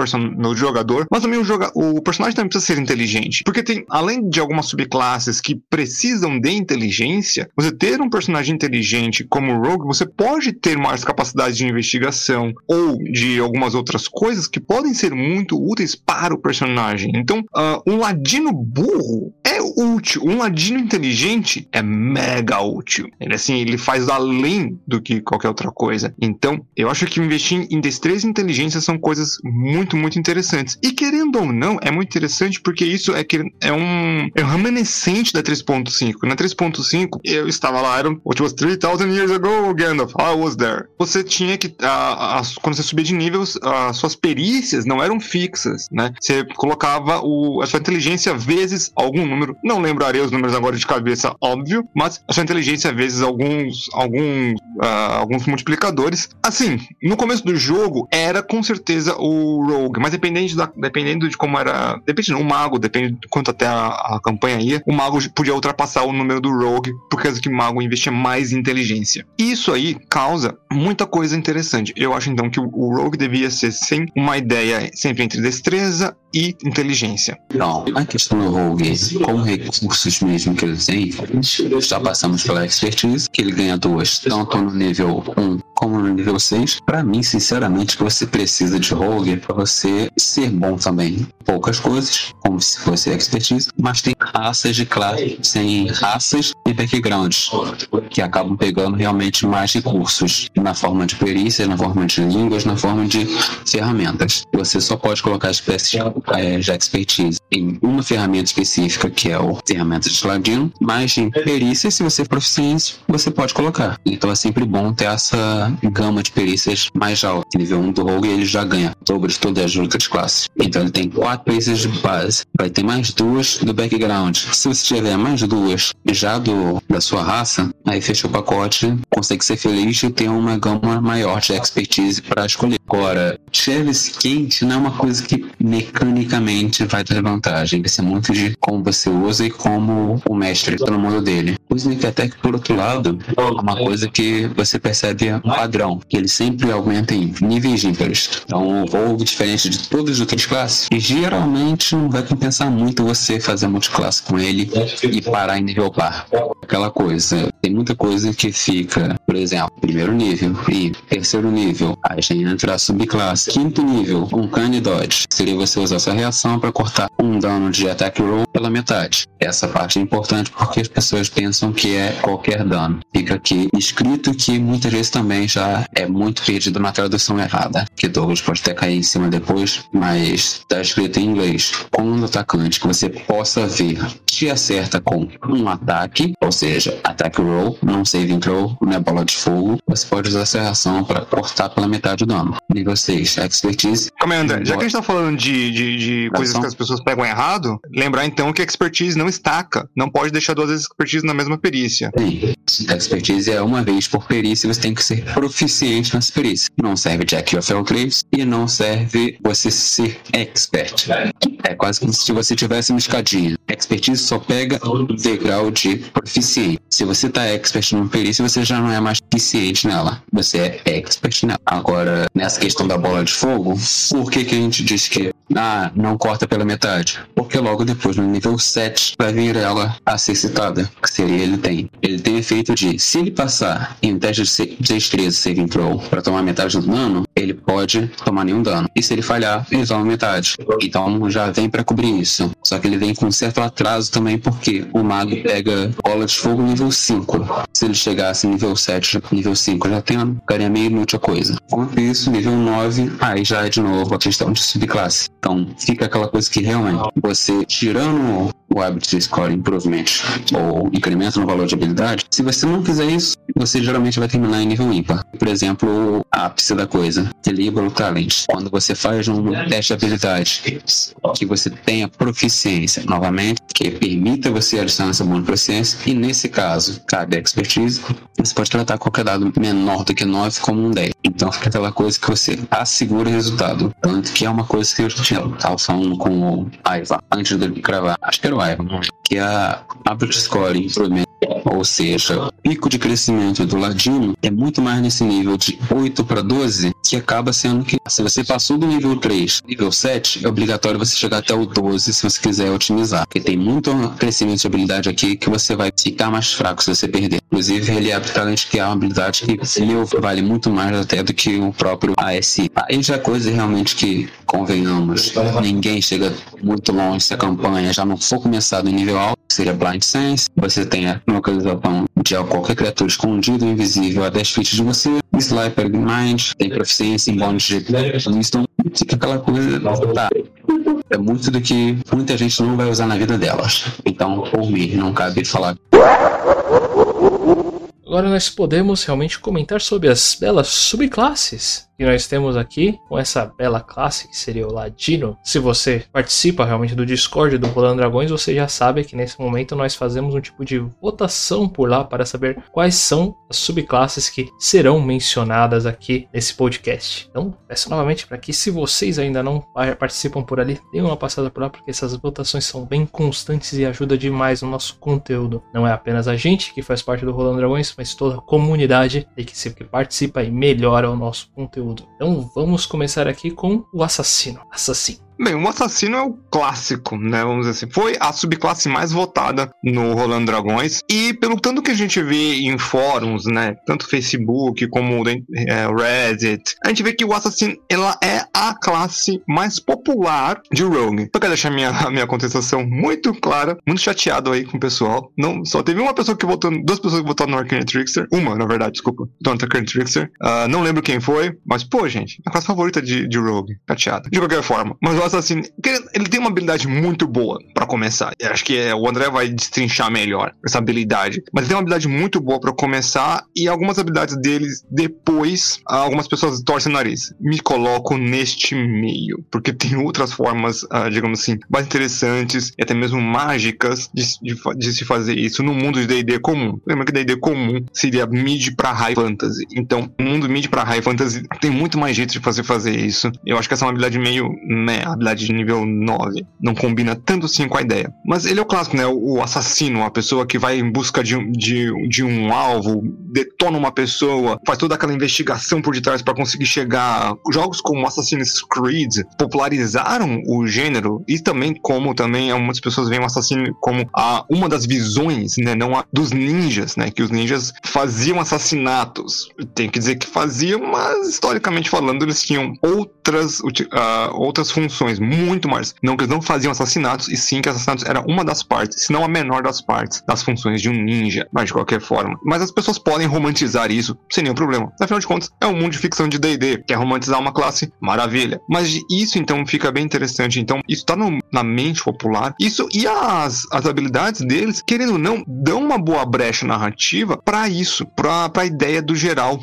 no jogador, mas também o personagem também precisa ser inteligente, porque tem, além de algumas subclasses que precisam de inteligência, você ter um personagem inteligente como o Rogue, você pode ter mais capacidade de investigação ou de algumas outras coisas que podem ser muito úteis para o personagem. Então, um ladino burro é útil, um ladino inteligente é mega útil. Ele faz além do que qualquer outra coisa. Então, eu acho que investir em destreza e inteligência são coisas muito, muito interessantes. E querendo ou não, é muito interessante porque isso é um remanescente da 3.5. Na 3.5, eu estava lá, it was 3,000 years ago, Gandalf, I was there. Você tinha que, quando você subia de nível, as suas perícias não eram fixas, né? Você colocava a sua inteligência vezes algum número, não lembrarei os números agora de cabeça, óbvio, mas a sua inteligência vezes alguns multiplicadores. Assim, no começo do jogo, era com certeza o Rogue, mas dependendo de como era, depende do mago, depende de quanto até a campanha ia, o mago podia ultrapassar o número do Rogue, por causa que o mago investia mais em inteligência. Isso aí causa muita coisa interessante. Eu acho então que o Rogue devia ser sem uma ideia sempre entre destreza e inteligência. Não, a questão do Rogue, como recursos mesmo que ele tem, já passamos pela expertise, que ele ganha 2, tanto no nível 1 como no nível 6. Pra mim, sinceramente, que você precisa de Rogue pra você ser bom também. Poucas coisas, como se fosse expertise, mas tem raças de classe, tem raças e backgrounds, que acabam pegando realmente mais recursos, na forma de perícia, na forma de línguas, na forma de ferramentas. Você só pode colocar espécies de expertise em uma ferramenta específica, que é o ferramenta de ladino, mas em perícia, se você é proficiente, você pode colocar. Então é sempre bom ter essa gama de perícias mais alta. Nível 1 do Rogue, ele já ganha sobre todas as outras classes. Então ele tem 4 perícias de base, vai ter mais 2 do background. Se você tiver mais 2 já da sua raça, aí fecha o pacote, consegue ser feliz e ter uma gama maior de expertise para escolher. Agora, service quente não é uma coisa que mecanicamente vai ter vantagem, vai ser muito de como você usa e como o mestre está no mundo dele. O Sneak Attack, por outro lado, é uma coisa que você percebe um padrão, que ele sempre aumenta em níveis ímpares. Então, o Rogue, diferente de todas as outras classes, e geralmente não vai compensar muito você fazer multiclasse com ele e parar em nível par. Aquela coisa, tem muita coisa que fica, por exemplo, primeiro nível e terceiro nível, aí já entra a subclasse. Quinto nível, um Uncanny Dodge, seria você usar sua reação para cortar um dano de attack roll pela metade. Essa parte é importante porque as pessoas pensam que é qualquer dano. Fica aqui escrito que muitas vezes também já é muito perdido na tradução errada, que Douglas pode até cair em cima depois, mas está escrito em inglês. Como um atacante que você possa ver que acerta com um ataque, ou seja, attack roll, não saving throw, não é bola bola de fogo, você pode usar essa reação para cortar pela metade o dano. Nível 6, Expertise. Calma aí, André, já que a gente tá falando de coisas que as pessoas pegam errado, lembrar então que Expertise não estaca. Não pode deixar 2 vezes Expertise na mesma perícia. Sim, Expertise é uma vez por perícia, você tem que ser proficiente nessa perícia. Não serve Jack of all trades e não serve você ser expert. É quase como se você tivesse uma escadinha. Expertise só pega o degrau de proficiente. Se você tá expert numa perícia, você já não é mais eficiente nela. Você é expert nela. Agora, nessa questão da bola de fogo, por que a gente diz que não corta pela metade? Porque logo depois, no nível 7, vai vir ela a ser citada. Que seria ele tem efeito de, se ele passar em um teste de destreza saving throw para tomar metade do dano, ele pode tomar nenhum dano. E se ele falhar, ele toma metade. Então já vem para cobrir isso. Só que ele vem com um certo atraso também, porque o mago pega bola de fogo nível 5. Se ele chegasse nível 7, nível 5 já tendo, ficaria meio inútil a coisa. Enquanto isso, nível 9, aí já é de novo a questão de subclasse. Então fica aquela coisa que realmente você tirando o Habit Score Improvement ou incremento no valor de habilidade, se você não fizer isso, você geralmente vai terminar em nível ímpar. Por exemplo, o ápice da coisa, Liberal Talent. Quando você faz um teste de habilidade que você tenha proficiência, novamente, que permita você adicionar essa boa proficiência, e nesse caso, cabe Expertise, você pode tratar qualquer dado menor do que 9 como um 10. Então fica aquela coisa que você assegura o resultado. Tanto que é uma coisa que eu estava falando com o Aiva, antes dele gravar, acho que era o Aiva, que a Habit Score Improvement, ou seja, o pico de crescimento do Ladino é muito mais nesse nível de 8 para 12, que acaba sendo que, se você passou do nível 3 nível 7, é obrigatório você chegar até o 12 se você quiser otimizar, porque tem muito crescimento de habilidade aqui que você vai ficar mais fraco se você perder. Inclusive, ele abre talento, que é uma habilidade que vale muito mais até do que o próprio ASI. Aí já é coisa realmente que, convenhamos, ninguém chega muito longe se a campanha já não for começada em nível alto, que seria Blind Sense. Você tem a localização de qualquer criatura escondida, invisível a 10 feet de você, Sliper Mind, tem proficiência em bônus de Wisdom, fica aquela coisa, tá. É muito do que muita gente não vai usar na vida delas. Então, por mim, não cabe falar. Agora nós podemos realmente comentar sobre as belas subclasses que nós temos aqui, com essa bela classe que seria o Ladino. Se você participa realmente do Discord do Rolando Dragões, você já sabe que nesse momento nós fazemos um tipo de votação por lá para saber quais são as subclasses que serão mencionadas aqui nesse podcast. Então, peço novamente para que, se vocês ainda não participam por ali, deem uma passada por lá, porque essas votações são bem constantes e ajudam demais no nosso conteúdo. Não é apenas a gente que faz parte do Rolando Dragões, mas toda a comunidade que participa e melhora o nosso conteúdo. Então vamos começar aqui com o Assassino. Bem, o Assassino é o clássico, né? Vamos dizer assim. Foi a subclasse mais votada no Rolando Dragões. E pelo tanto que a gente vê em fóruns, né? Tanto Facebook como Reddit, a gente vê que o Assassino, ela é a classe mais popular de Rogue. Eu quero deixar minha contestação muito clara. Muito chateado aí com o pessoal. Não, só teve uma pessoa que votou, 2 pessoas que votaram no Arcane Trickster. Uma, na verdade, desculpa. No Arcane Trickster. Não lembro quem foi. Mas, pô, gente, a classe favorita de Rogue. Chateado. De qualquer forma. Mas o Assassino, ele tem uma habilidade muito boa pra começar. Eu acho que o André vai destrinchar melhor essa habilidade. Mas ele tem uma habilidade muito boa pra começar, e algumas habilidades deles, depois, algumas pessoas torcem o nariz. Me coloco neste meio, porque tem outras formas, digamos assim, mais interessantes e até mesmo mágicas de se fazer isso no mundo de D&D comum. Lembra que D&D comum seria mid pra high fantasy. Então, no mundo mid pra high fantasy tem muito mais jeito de fazer isso. Eu acho que essa é uma habilidade meio, né, habilidade de nível 9. Não combina tanto assim com a ideia. Mas ele é o clássico, né? O assassino, a pessoa que vai em busca de um alvo, detona uma pessoa, faz toda aquela investigação por detrás para conseguir chegar. Jogos como Assassin's Creed popularizaram o gênero, e também muitas pessoas veem o assassino como uma das visões, né? Não a dos ninjas, né? Que os ninjas faziam assassinatos. Tem que dizer que faziam, mas historicamente falando, eles tinham outras funções funções muito mais. Não que eles não faziam assassinatos, e sim que assassinatos era uma das partes, se não a menor das partes, das funções de um ninja, mas de qualquer forma. Mas as pessoas podem romantizar isso sem nenhum problema. Afinal de contas, é um mundo de ficção de D&D, quer romantizar uma classe? Maravilha. Mas isso, então, fica bem interessante. Então, isso tá na mente popular. Isso e as habilidades deles, querendo ou não, dão uma boa brecha narrativa pra isso, pra ideia do geral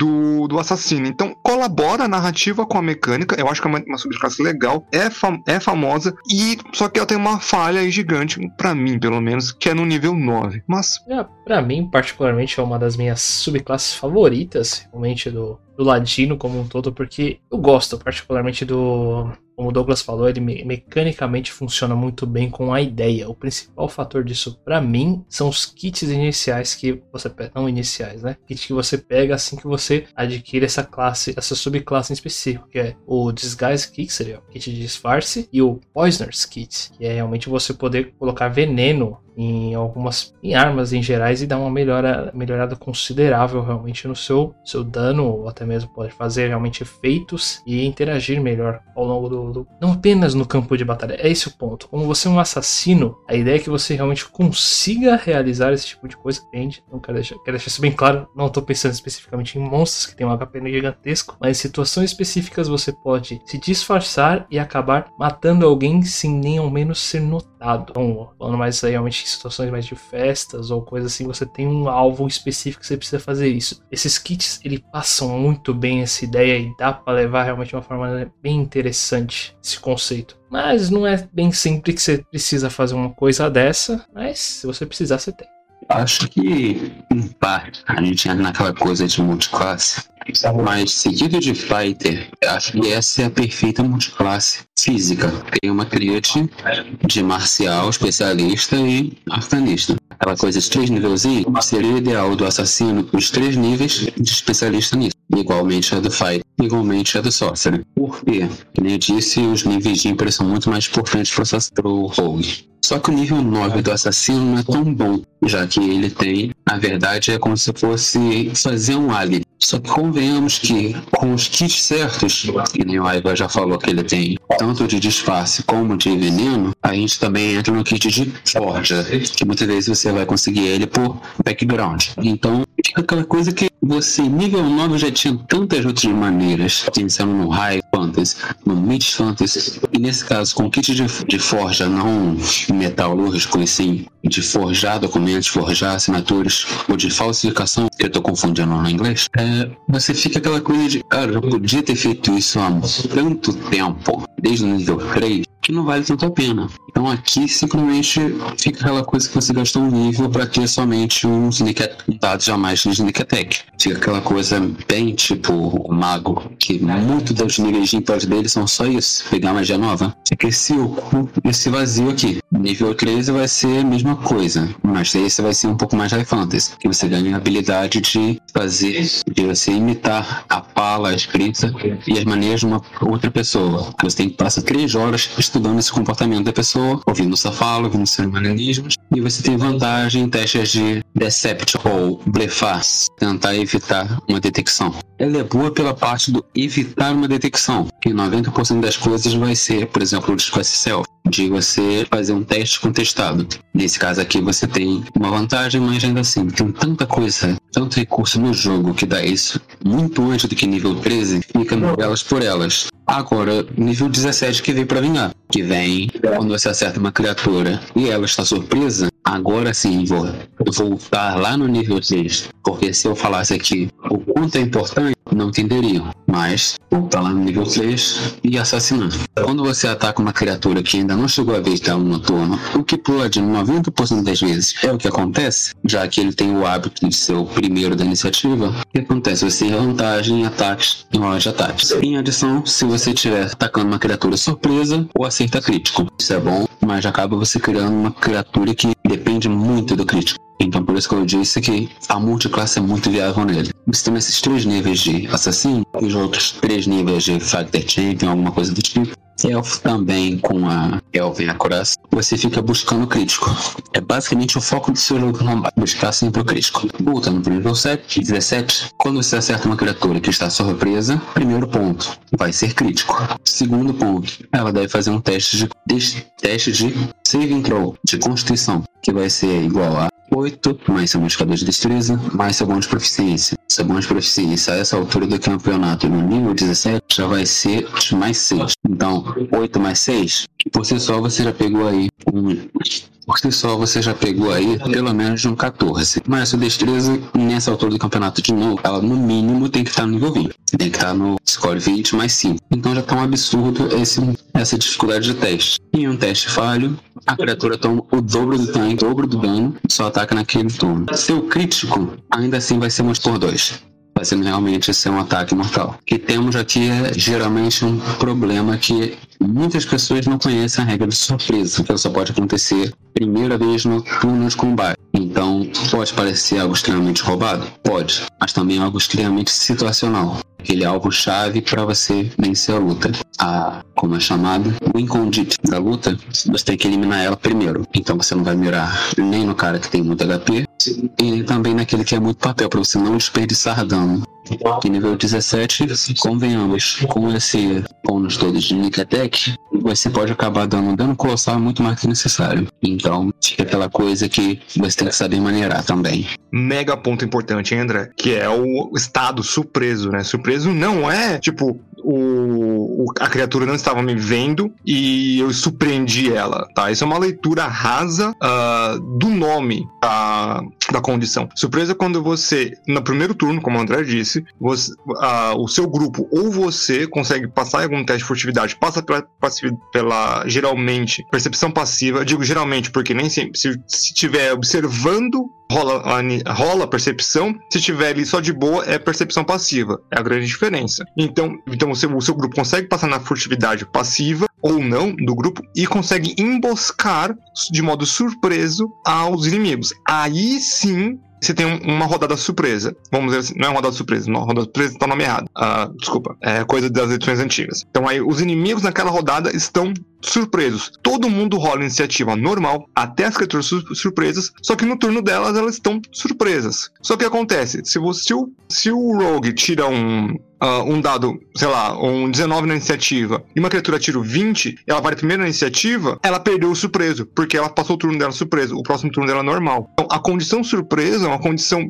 do assassino. Então, colabora a narrativa com a mecânica. Eu acho que é uma subclasse legal, é famosa, e só que ela tem uma falha aí gigante, pra mim, pelo menos, que é no nível 9. Mas... pra mim, particularmente, é uma das minhas subclasses favoritas, realmente, do Ladino como um todo, porque eu gosto particularmente como o Douglas falou, ele mecanicamente funciona muito bem com a ideia. O principal fator disso pra mim são os kits iniciais que você pega, não iniciais, né? Kit que você pega assim que você adquire essa subclasse em específico, que é o Disguise Kit, seria o kit de disfarce, e o Poisoner's Kit, que é realmente você poder colocar veneno em armas em gerais e dar uma melhorada considerável realmente no seu dano, ou até mesmo pode fazer realmente efeitos e interagir melhor ao longo não apenas no campo de batalha. É esse o ponto. Como você é um assassino, a ideia é que você realmente consiga realizar esse tipo de coisa. Entende? Então quero deixar isso bem claro. Não estou pensando especificamente em monstros que tem um HP gigantesco, mas em situações específicas você pode se disfarçar e acabar matando alguém sem nem ao menos ser notado. Então, falando mais realmente em situações mais de festas ou coisa assim, você tem um alvo específico que você precisa fazer isso. Esses kits, eles passam muito bem essa ideia e dá para levar realmente de uma forma bem interessante esse conceito. Mas não é bem sempre que você precisa fazer uma coisa dessa, mas se você precisar, você tem. Acho que, em parte, a gente entra naquela coisa de multiclasse, mas seguido de Fighter, acho que essa é a perfeita multiclasse física. Tem uma criate de marcial, especialista e arcanista. Aquela coisa de 3 nivelzinhos, seria o ideal do assassino, os 3 níveis de especialista nisso. Igualmente a do Fighter, igualmente a do Sorcerer. Por quê? Como eu disse, os níveis de ímpar são muito mais importantes para o Rogue. Só que o nível 9 do assassino não é tão bom, já que ele tem, na verdade, é como se fosse fazer um álibi. Só que convenhamos que com os kits certos, que nem o Aiva já falou que ele tem tanto de disfarce como de veneno, a gente também entra no kit de forja, que muitas vezes você vai conseguir ele por background. Então fica aquela coisa que você, nível 9, já tinha tantas outras maneiras, pensando no High Fantasy, no Mid Fantasy, e nesse caso com kit de forja, não metalúrgico, e sim de forjar documentos, forjar assinaturas, ou de falsificação, que eu tô confundindo no inglês, você fica aquela coisa de, cara, eu podia ter feito isso há tanto tempo, desde o nível 3, que não vale tanto a pena. Então aqui simplesmente fica aquela coisa que você gastou um nível para ter somente um dado jamais de sneak attack. Fica aquela coisa bem tipo o mago, que muito dos níveis de impact dele são só isso, pegar magia nova. Fica esse vazio aqui. Nível 13 vai ser a mesma coisa, mas esse vai ser um pouco mais high fantasy, que você ganha a habilidade de você imitar a fala, a escrita e as maneiras de uma outra pessoa. Você tem que passar 3 horas estudando esse comportamento da pessoa, ouvindo sua fala, ouvindo seus maneirismos, e você tem vantagem em testes de deception ou blefar, tentar evitar uma detecção. Ela é boa pela parte do evitar uma detecção, que 90% das coisas vai ser, por exemplo, o disguise self, de você fazer um teste contestado. Nesse caso aqui você tem uma vantagem, mas ainda assim tem tanta coisa, tanto recurso no jogo que dá isso muito antes do que nível 13, fica elas por elas. Agora, nível 17 que veio pra vingar, que vem quando você acerta uma criatura e ela está surpresa. Agora sim, vou voltar lá no nível 3, porque se eu falasse aqui o quanto é importante, não entenderiam. Mas voltar lá no nível 3 e assassinar. Quando você ataca uma criatura que ainda não chegou a vez dela no turno, o que pula de 90% das vezes é o que acontece, já que ele tem o hábito de ser o primeiro da iniciativa. O que acontece? Você tem vantagem em ataques, em rola de ataques. Em adição, se você estiver atacando uma criatura surpresa ou acerta crítico. Isso é bom, mas acaba você criando uma criatura que depende muito do crítico. Então por isso que eu disse que a multiclasse é muito viável nele. Você tem esses 3 níveis de assassino e os outros 3 níveis de Fighter Champion, alguma coisa do tipo. Elfo também com a Elven Across, você fica buscando o crítico. É basicamente o foco do seu jogo combate, buscar sempre o crítico. Voltando pro nível 17, quando você acerta uma criatura que está surpresa, primeiro ponto, vai ser crítico. Segundo ponto, ela deve fazer um teste de saving throw, de constituição, que vai ser igual a 8, mais seu modificador de destreza, mais seu bônus de proficiência. Seu bônus de proficiência a essa altura do campeonato, no nível 17, já vai ser de mais 6. Então, 8 mais 6, por si só você já pegou aí pelo menos um 14. Mas a sua destreza, nessa altura do campeonato de novo, ela no mínimo tem que estar no nível 20. Tem que estar no score 20 mais 5. Então já tá um absurdo essa dificuldade de teste. Em um teste falho, a criatura toma o dobro do tanque, o dobro do dano, só ataca naquele turno. Seu crítico, ainda assim vai ser multiplicado por 2. Fazendo realmente ser um ataque mortal. O que temos aqui é geralmente um problema que muitas pessoas não conhecem a regra de surpresa, que só pode acontecer primeira vez no turno de combate. Então, pode parecer algo extremamente roubado? Pode, mas também algo extremamente situacional. Aquele alvo-chave para você vencer a luta. Como é chamado, o incondite da luta, você tem que eliminar ela primeiro. Então você não vai mirar nem no cara que tem muito HP, e nem também naquele que é muito papel, para você não desperdiçar dano. Em nível 17, convenhamos, com esse bônus todos de Nick Attack, você pode acabar dando um dano colossal muito mais que necessário. Então, fica aquela coisa que você tem que saber maneirar também. Mega ponto importante, hein, André? Que é o estado surpreso, né? Surpreso não é, tipo, a criatura não estava me vendo e eu surpreendi ela, tá? Isso é uma leitura rasa do nome da condição. Surpresa é quando você, no primeiro turno, como o André disse, o seu grupo ou você consegue passar em algum teste de furtividade, passa pela geralmente, percepção passiva. Eu digo geralmente porque nem sempre, se estiver observando, rola percepção. Se estiver ali só de boa, é percepção passiva. É a grande diferença. Então o seu grupo consegue passar na furtividade passiva ou não do grupo e consegue emboscar de modo surpreso aos inimigos. Aí sim você tem uma rodada surpresa. Vamos dizer assim, não é uma rodada surpresa. Não, rodada surpresa tá o nome errado. Desculpa. É coisa das edições antigas. Então aí os inimigos naquela rodada estão surpresos. Todo mundo rola iniciativa normal, até as criaturas surpresas, só que no turno delas, elas estão surpresas. Só que acontece, se o Rogue tira um dado, sei lá, um 19 na iniciativa, e uma criatura tira 20, ela vai primeiro na iniciativa, ela perdeu o surpreso, porque ela passou o turno dela surpreso, o próximo turno dela é normal. Então, a condição surpresa é uma condição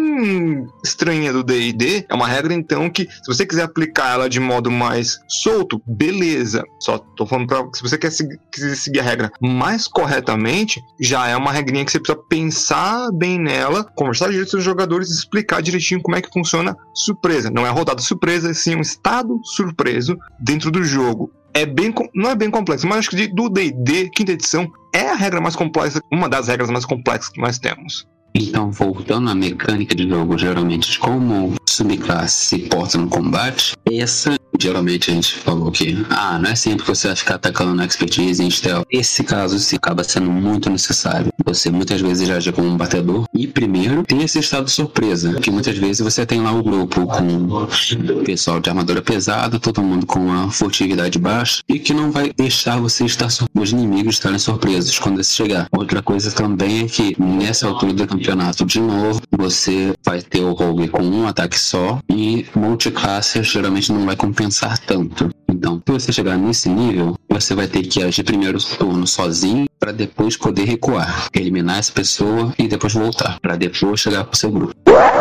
bem estranha do D&D, é uma regra, então, que se você quiser aplicar ela de modo mais solto, beleza. Só tô falando pra, se você quiser seguir a regra mais corretamente, já é uma regrinha que você precisa pensar bem nela, conversar direito com os jogadores e explicar direitinho como é que funciona surpresa. Não é rodada surpresa, sim um estado surpreso dentro do jogo. Não é bem complexo, mas acho que do D&D, quinta edição, é a regra mais complexa, uma das regras mais complexas que nós temos. Então, voltando à mecânica de jogo, geralmente, como subclasse se porta no combate, essa, geralmente a gente falou que, não é sempre que você vai ficar atacando na expertise em stealth. Esse caso, sim, acaba sendo muito necessário. Você muitas vezes já age como um batedor. E primeiro, tem esse estado de surpresa, que muitas vezes você tem lá o grupo com o pessoal de armadura pesada, todo mundo com a furtividade baixa, e que não vai deixar você estar os inimigos estarem surpresos quando você chegar. Outra coisa também é que, nessa altura do campeonato, de novo, você vai ter o rogue com um ataque só, e multiclasse geralmente não vai compensar tanto. Então, se você chegar nesse nível, você vai ter que agir primeiro turno sozinho, para depois poder recuar, eliminar essa pessoa e depois voltar, para depois chegar pro seu grupo.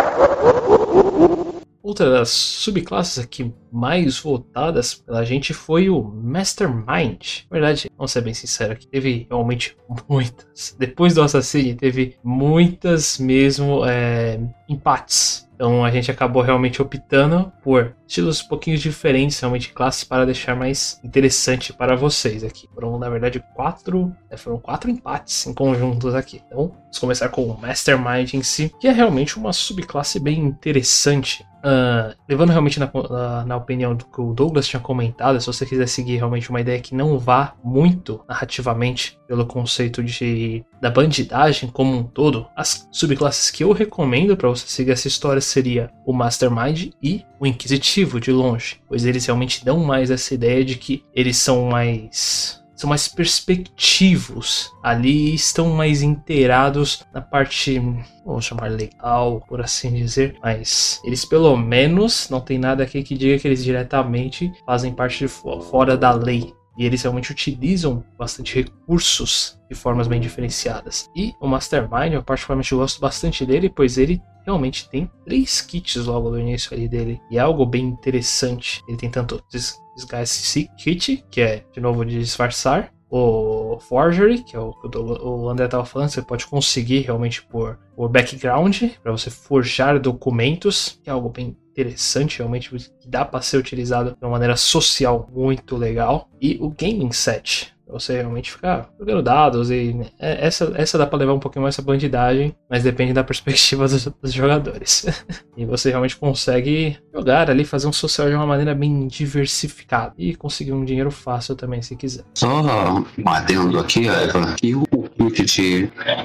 Outra das subclasses aqui mais votadas pela gente foi o Mastermind. Na verdade, vamos ser bem sinceros aqui, teve realmente muitas. Depois do Assassin, teve muitas mesmo empates. Então a gente acabou realmente optando por estilos um pouquinho diferentes, realmente classes, para deixar mais interessante para vocês aqui. Foram, na verdade, foram 4 empates em conjuntos aqui. Então, vamos começar com o Mastermind em si, que é realmente uma subclasse bem interessante. levando realmente na opinião do que o Douglas tinha comentado, se você quiser seguir realmente uma ideia que não vá muito narrativamente pelo conceito da bandidagem como um todo, as subclasses que eu recomendo para você seguir essa história seria o Mastermind e o Inquisitivo, de longe, pois eles realmente dão mais essa ideia de que eles são mais perspectivos ali, estão mais inteirados na parte, vamos chamar legal, por assim dizer, mas eles pelo menos não tem nada aqui que diga que eles diretamente fazem parte de fora da lei. E eles realmente utilizam bastante recursos de formas bem diferenciadas. E o Mastermind, eu particularmente gosto bastante dele, pois ele realmente tem 3 kits logo no início ali dele. E é algo bem interessante. Ele tem tanto Disguise Kit, que é de novo de disfarçar. O Forgery, que é o que o André estava falando, você pode conseguir realmente por background, para você forjar documentos, que é algo bem interessante, realmente, que dá para ser utilizado de uma maneira social muito legal. E o Gaming Set, pra você realmente ficar jogando dados, e essa dá para levar um pouquinho mais essa bandidagem, mas depende da perspectiva dos jogadores. E você realmente consegue jogar ali, fazer um social de uma maneira bem diversificada e conseguir um dinheiro fácil também, se quiser. Só um adendo aqui, Eva, que o kit de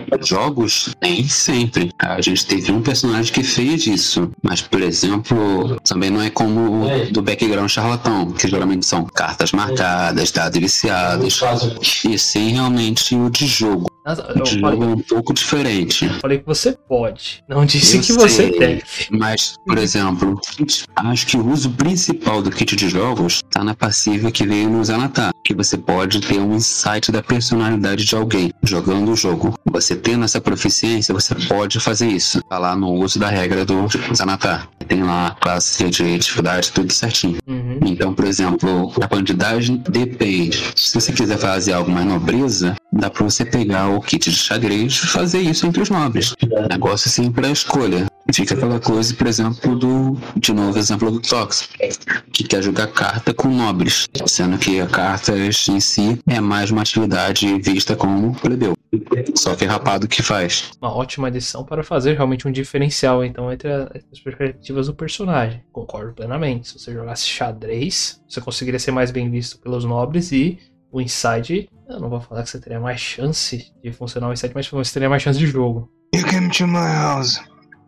jogos tem sempre. A gente teve um personagem que fez isso, mas, por exemplo, também não é como o do background charlatão, que geralmente são cartas marcadas, dados viciados, e sim realmente o de jogo. O de jogo é um pouco diferente. Eu falei que você pode, não disse que você deve. Mas, por exemplo, acho que o uso principal do kit de jogos está na passiva que veio no Xanatar, que você pode ter um insight da personalidade de alguém jogando o jogo. Você tendo essa proficiência, você pode fazer isso. Tá lá no uso da regra do Xanatar. Tem lá a classe de dificuldade, tudo certinho. Uhum. Então, por exemplo, a bandidagem depende. Se você quiser fazer algo mais nobreza, dá pra você pegar o kit de xadrez e fazer isso entre os nobres. Negócio sempre é a escolha. Fica aquela coisa, por exemplo, de novo, exemplo do Tox, que quer jogar carta com nobres, sendo que a carta em si é mais uma atividade vista como plebeu. Só que é rapado que faz. Uma ótima edição para fazer realmente um diferencial, então, entre as perspectivas do personagem. Concordo plenamente. Se você jogasse xadrez, você conseguiria ser mais bem visto pelos nobres, e o Inside, eu não vou falar que você teria mais chance de funcionar o Inside, mas você teria mais chance de jogo. You came to my house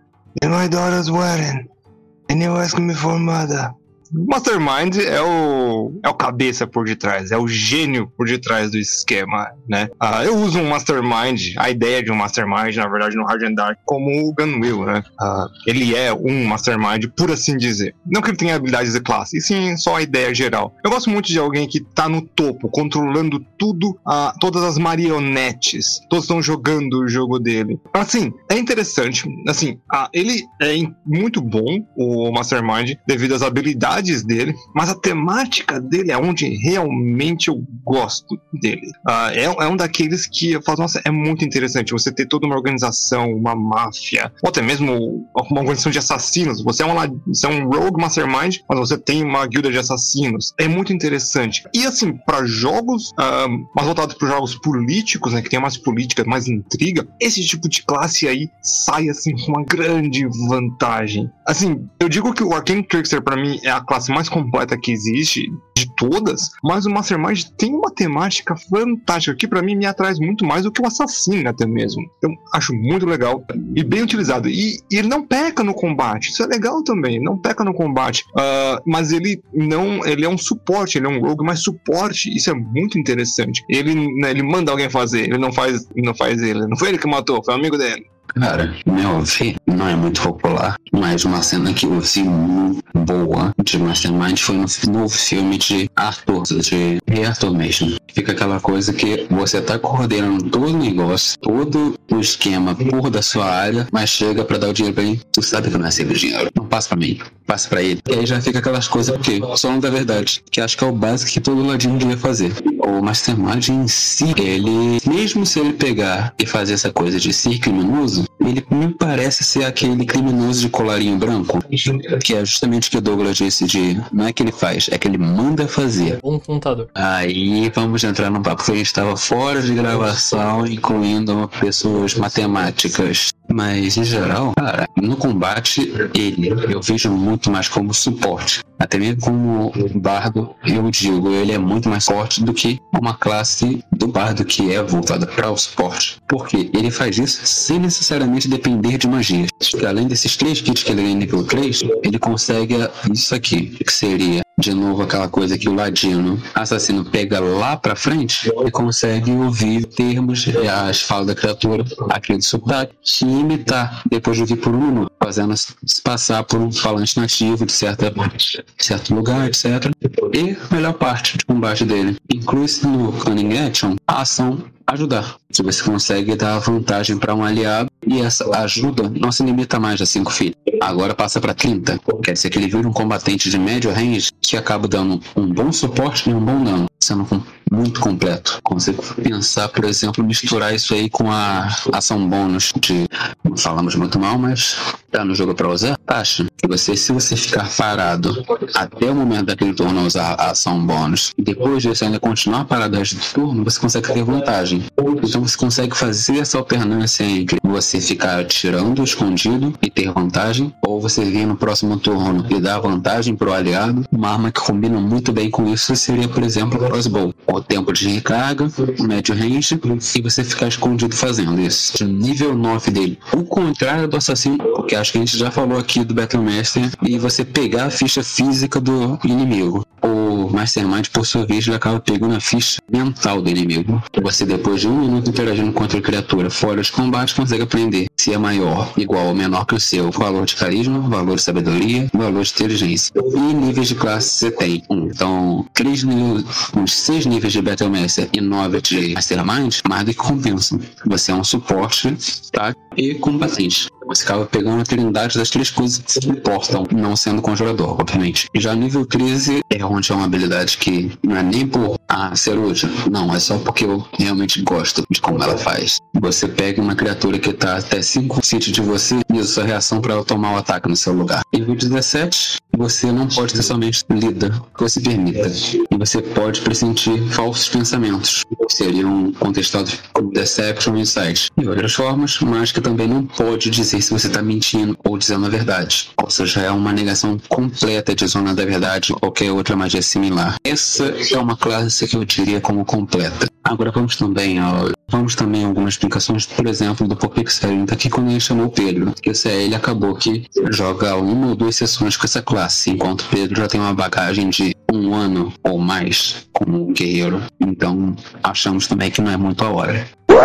in my daughter's wedding and you asked me for mother. Mastermind é o cabeça por detrás, é o gênio por detrás do esquema, né? Eu uso um Mastermind, a ideia de um Mastermind, na verdade, no Hard and Dark, como o Gunwheel, né? Ele é um Mastermind, por assim dizer. Não que ele tenha habilidades de classe, e sim só a ideia geral. Eu gosto muito de alguém que tá no topo, controlando tudo, todas as marionetes. Todos estão jogando o jogo dele. Assim, é interessante. Assim, ele é muito bom, o Mastermind, devido às habilidades dele, mas a temática dele é onde realmente eu gosto dele. É um daqueles que eu falo, nossa, é muito interessante você ter toda uma organização, uma máfia, ou até mesmo uma organização de assassinos. Você é um rogue mastermind, mas você tem uma guilda de assassinos. É muito interessante. E assim, para jogos mais voltados para jogos políticos, né, que tem mais política, mais intriga, esse tipo de classe aí sai assim com uma grande vantagem. Assim, eu digo que o Arcane Trickster para mim é a classe mais completa que existe de todas, mas o Mastermind tem uma temática fantástica que pra mim me atrai muito mais do que o assassino até mesmo. Então acho muito legal e bem utilizado, e ele não peca no combate, isso é legal também, não peca no combate, mas ele é um suporte, ele é um rogue, mas suporte, isso é muito interessante. Ele manda alguém fazer, ele não faz ele, não foi ele que matou, foi um amigo dele. Cara, meu ver, não é muito popular, mas uma cena que eu vi muito boa de Mastermind foi no novo filme de Arthur, de Arthur Mason. Fica aquela coisa que você tá coordenando todo o negócio, todo o esquema por da sua área, mas chega pra dar o dinheiro pra ele, tu sabe que não é sempre dinheiro, não passa pra mim, passa pra ele. E aí já fica aquelas coisas, porque só não da verdade, que acho que é o básico que todo ladinho devia fazer. O Mastermind em si, ele, mesmo se ele pegar e fazer essa coisa de ser criminoso, ele me parece ser aquele criminoso de colarinho branco, que é justamente o que o Douglas disse de, não é que ele faz, é que ele manda fazer. Um contador. Aí vamos entrar num papo que a gente estava fora de gravação, incluindo pessoas matemáticas. Mas, em geral, cara, no combate, eu vejo muito mais como suporte. Até mesmo como bardo, eu digo, ele é muito mais forte do que uma classe do bardo que é voltada para o suporte. Porque ele faz isso sem necessariamente depender de magias. Porque além desses 3 kits que ele ganha em nível 3, ele consegue isso aqui, que seria, de novo, aquela coisa que o ladino assassino pega lá pra frente e consegue ouvir termos, as falas da criatura, aquele sotaque, e imitar, depois de ouvir por um minuto, fazendo se passar por um falante nativo de certo lugar, etc. E a melhor parte de combate dele, inclui-se no Cunning Action, a ação ajudar. Se você consegue dar vantagem para um aliado, e essa ajuda não se limita mais a 5 filhos. Agora passa para 30. Quer dizer que ele vira um combatente de médio range que acaba dando um bom suporte e um bom dano, sendo muito completo. Consigo pensar, por exemplo, misturar isso aí com a ação bônus de... Não falamos muito mal, mas tá no jogo para usar. Acho que se você ficar parado até o momento daquele turno usar a ação bônus, e depois disso ainda continuar parado o resto do turno, você consegue ter vantagem. Então você consegue fazer essa alternância entre você ficar atirando escondido e ter vantagem, ou você vir no próximo turno e dar vantagem pro aliado. Uma arma que combina muito bem com isso seria, por exemplo, o crossbow. O tempo de recarga, o médio range, e você ficar escondido fazendo isso. De nível 9 dele. O contrário do assassino, porque acho que a gente já falou aqui do Battlemaster, e você pegar a ficha física do inimigo. O Mastermind, por sua vez, ele acaba pegando a ficha mental do inimigo. Você, depois de 1 minuto interagindo contra a criatura fora de combate, consegue aprender se é maior, igual ou menor que o seu valor de carisma, valor de sabedoria, valor de inteligência. E níveis de classe você tem Então, 6 níveis de Battlemaster e 9 de Mastermind, mais do que compensam. Você é um suporte, tá? E combatente. Você acaba pegando a trindade das 3 coisas que se importam, não sendo conjurador, obviamente. Já nível 13 é onde é uma habilidade que não é nem por ser útil, não, é só porque eu realmente gosto de como ela faz. Você pega uma criatura que tá até 5 feet de você e usa sua reação para ela tomar o ataque no seu lugar. Nível 17, você não pode ter somente lida, que você permita. E você pode pressentir falsos pensamentos, que seriam contestados como Deception e Insight. De outras formas, mágica também não pode dizer se você está mentindo ou dizendo a verdade. Ou seja, é uma negação completa de zona da verdade ou qualquer outra magia similar. Essa é uma classe que eu diria como completa. Agora vamos também algumas explicações, por exemplo, do porquê que Sérgio tá aqui quando ele chamou o Pedro. Porque se ele acabou que joga 1 ou 2 sessões com essa classe, enquanto o Pedro já tem uma bagagem de 1 ano ou mais como guerreiro. Então achamos também que não é muito a hora.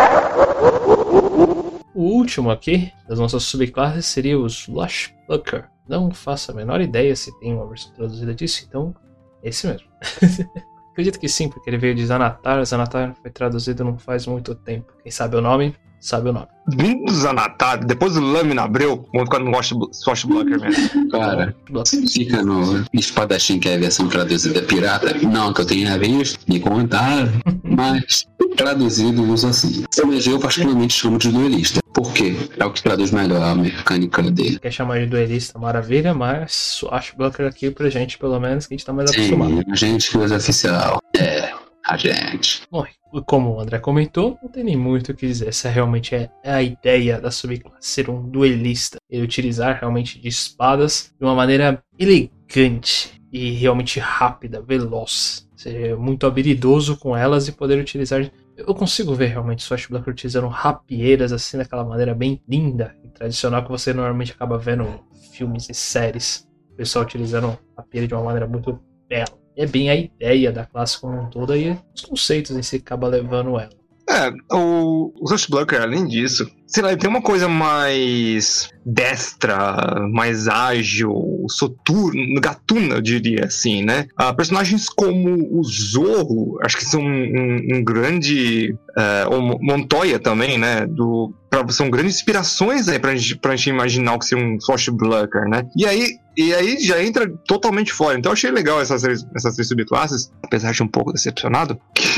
O último aqui das nossas subclasses seria o Swashbuckler. Não faço a menor ideia se tem uma versão traduzida disso, então esse mesmo. Acredito que sim, porque ele veio de Zanatar. Zanatar foi traduzido não faz muito tempo. Quem sabe o nome, sabe o nome. Vindo do Zanatar, depois do Lâmina Abreu, muito quando não gosta do Swashbuckler mesmo. Cara, fica no espadachim, que é a versão traduzida pirata. Não, que eu tenha visto, me contaram, mas traduzido uso assim. Mas eu particularmente chamo de duelista. Por quê? É o que traduz melhor a mecânica dele. Quer chamar de duelista, maravilha, mas Swashbuckler aqui pra gente, pelo menos, que a gente tá mais acostumado. A gente que usa oficial. A gente. Bom, como o André comentou, não tem nem muito o que dizer. Essa realmente é a ideia da subclasse, ser um duelista. Ele utilizar realmente de espadas de uma maneira elegante e realmente rápida, veloz. Ser muito habilidoso com elas e poder utilizar... Eu consigo ver realmente o Swashbuckler utilizando rapieiras assim, daquela maneira bem linda e tradicional que você normalmente acaba vendo em filmes e séries. O pessoal utilizando rapieira de uma maneira muito bela. É bem a ideia da classe como um todo e os conceitos em si que acaba levando ela. O Swashbuckler, além disso, sei lá, ele tem uma coisa mais destra, mais ágil, soturna, gatuna, eu diria assim, né? Personagens como o Zorro, acho que são um grande... o Montoya também, né? São grandes inspirações aí pra gente imaginar o que seria um Swashbuckler, né? E aí, E aí já entra totalmente fora. Então eu achei legal essas três subclasses, apesar de um pouco decepcionado,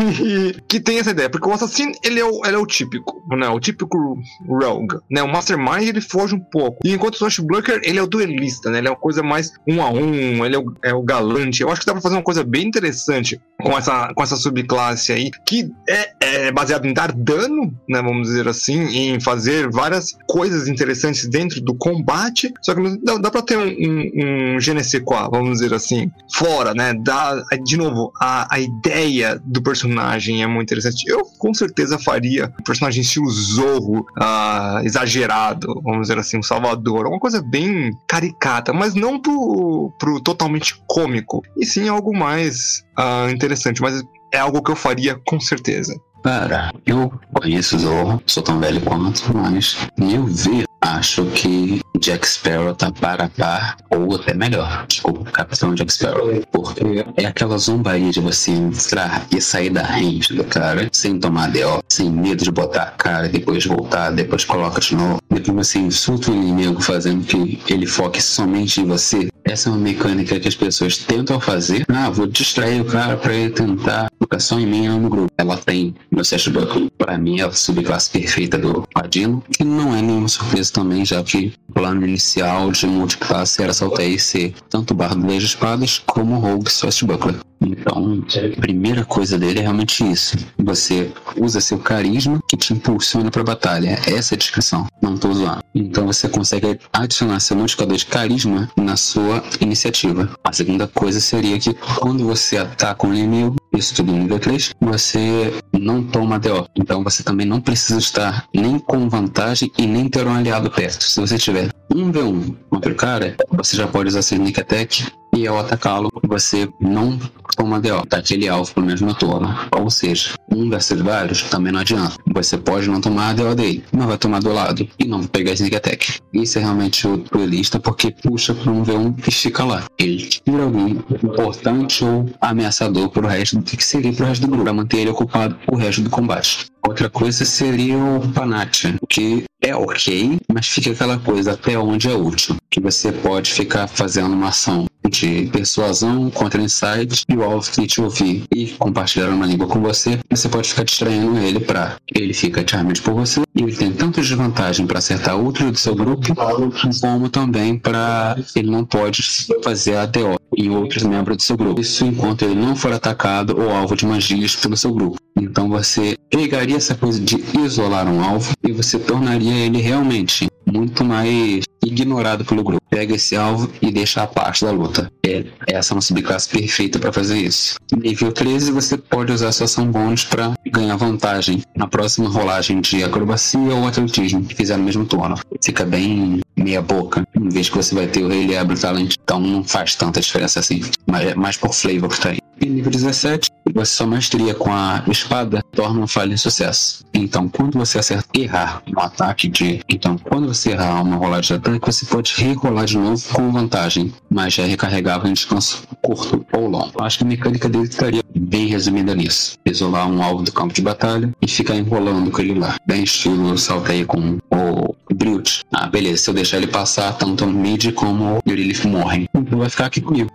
que tem essa ideia. Porque o Assassin, ele é o típico, né? O típico rogue, né? O Mastermind, ele foge um pouco. E enquanto o Swashbuckler, ele é o duelista, né? Ele é uma coisa mais 1 a 1, ele é o galante. Eu acho que dá pra fazer uma coisa bem interessante com essa subclasse aí, que é baseado em dar dano, né? Vamos dizer assim, em fazer várias coisas interessantes dentro do combate. Só que dá pra ter um je ne sais quoi, vamos dizer assim, fora, né? De novo, a ideia do personagem é muito interessante. Eu com certeza faria um personagem estilo Zorro, exagerado, vamos dizer assim, um Salvador, uma coisa bem caricata, mas não pro totalmente cômico, e sim algo mais interessante, mas é algo que eu faria com certeza. Cara, eu conheço o Zorro, sou tão velho quanto, mas eu acho que Jack Sparrow tá par a par, ou até melhor, o Capitão Jack Sparrow, porque é aquela zombaria de você entrar e sair da range do cara, sem tomar DO, sem medo de botar a cara, depois voltar, depois coloca de novo, depois você insulta o inimigo fazendo que ele foque somente em você. Essa é uma mecânica que as pessoas tentam fazer. Vou distrair o cara pra ele tentar focar só em mim e não no grupo. Ela tem no Swashbuckler, pra mim, é a subclasse perfeita do Ladino, que não é nenhuma surpresa também, já que o plano inicial de multiclasse era saltar e ser tanto Bardo das Espadas como Rogue Swashbuckler. Então, a primeira coisa dele é realmente isso. Você usa seu carisma que te impulsiona pra batalha. Essa é a descrição. Não tô zoando. Então você consegue adicionar seu modificador de carisma na sua iniciativa. A segunda coisa seria que quando você ataca um inimigo, isso tudo em nível 3, você não toma DO. Então você também não precisa estar nem com vantagem e nem ter um aliado perto. Se você tiver 1v1 contra o cara, você já pode usar seu Sneak Attack e ao atacá-lo, você não toma DO daquele alvo pelo mesmo turno. Ou seja, um versus vários também não adianta. Você pode não tomar a DO dele, não vai tomar do lado e não vai pegar Sneak Attack. Isso é realmente o duelista, porque puxa para um V1 e fica lá. Ele tira alguém importante ou ameaçador pro resto do que seria pro resto do grupo, para manter ele ocupado o resto do combate. Outra coisa seria o Panacea, que é ok, mas fica aquela coisa até onde é útil. Que você pode ficar fazendo uma ação de persuasão contra insight e o alvo que te ouvir e compartilhar uma língua com você, você pode ficar distraindo ele pra ele fica charmed por você e ele tem tanto desvantagem para acertar outro do seu grupo, como também para ele não pode fazer a DO em outros membros do seu grupo. Isso enquanto ele não for atacado ou alvo de magias pelo seu grupo. Então você pegaria essa coisa de isolar um alvo e você tornaria ele realmente muito mais ignorado pelo grupo. Pega esse alvo e deixa a parte da luta. Essa é uma subclasse perfeita para fazer isso. Nível 13 você pode usar a sua ação bônus para ganhar vantagem na próxima rolagem de acrobacia ou atletismo que fizer no mesmo turno. Fica bem meia boca, em vez que você vai ter o Reliable Talent, então não faz tanta diferença assim, mas é mais por flavor que tá aí. E nível 17, você sua maestria com a espada torna uma falha em sucesso. Então, quando você errar um ataque quando você errar uma rolagem de ataque, você pode rerolar de novo com vantagem, mas já é recarregável em descanso curto ou longo. Acho que a mecânica dele estaria bem resumida nisso. Isolar um alvo do campo de batalha e ficar enrolando com ele lá. Bem estilo salta aí com o Brute. Beleza, se eu deixar ele passar, tanto o Mid como o Lilith morrem. Então vai ficar aqui comigo.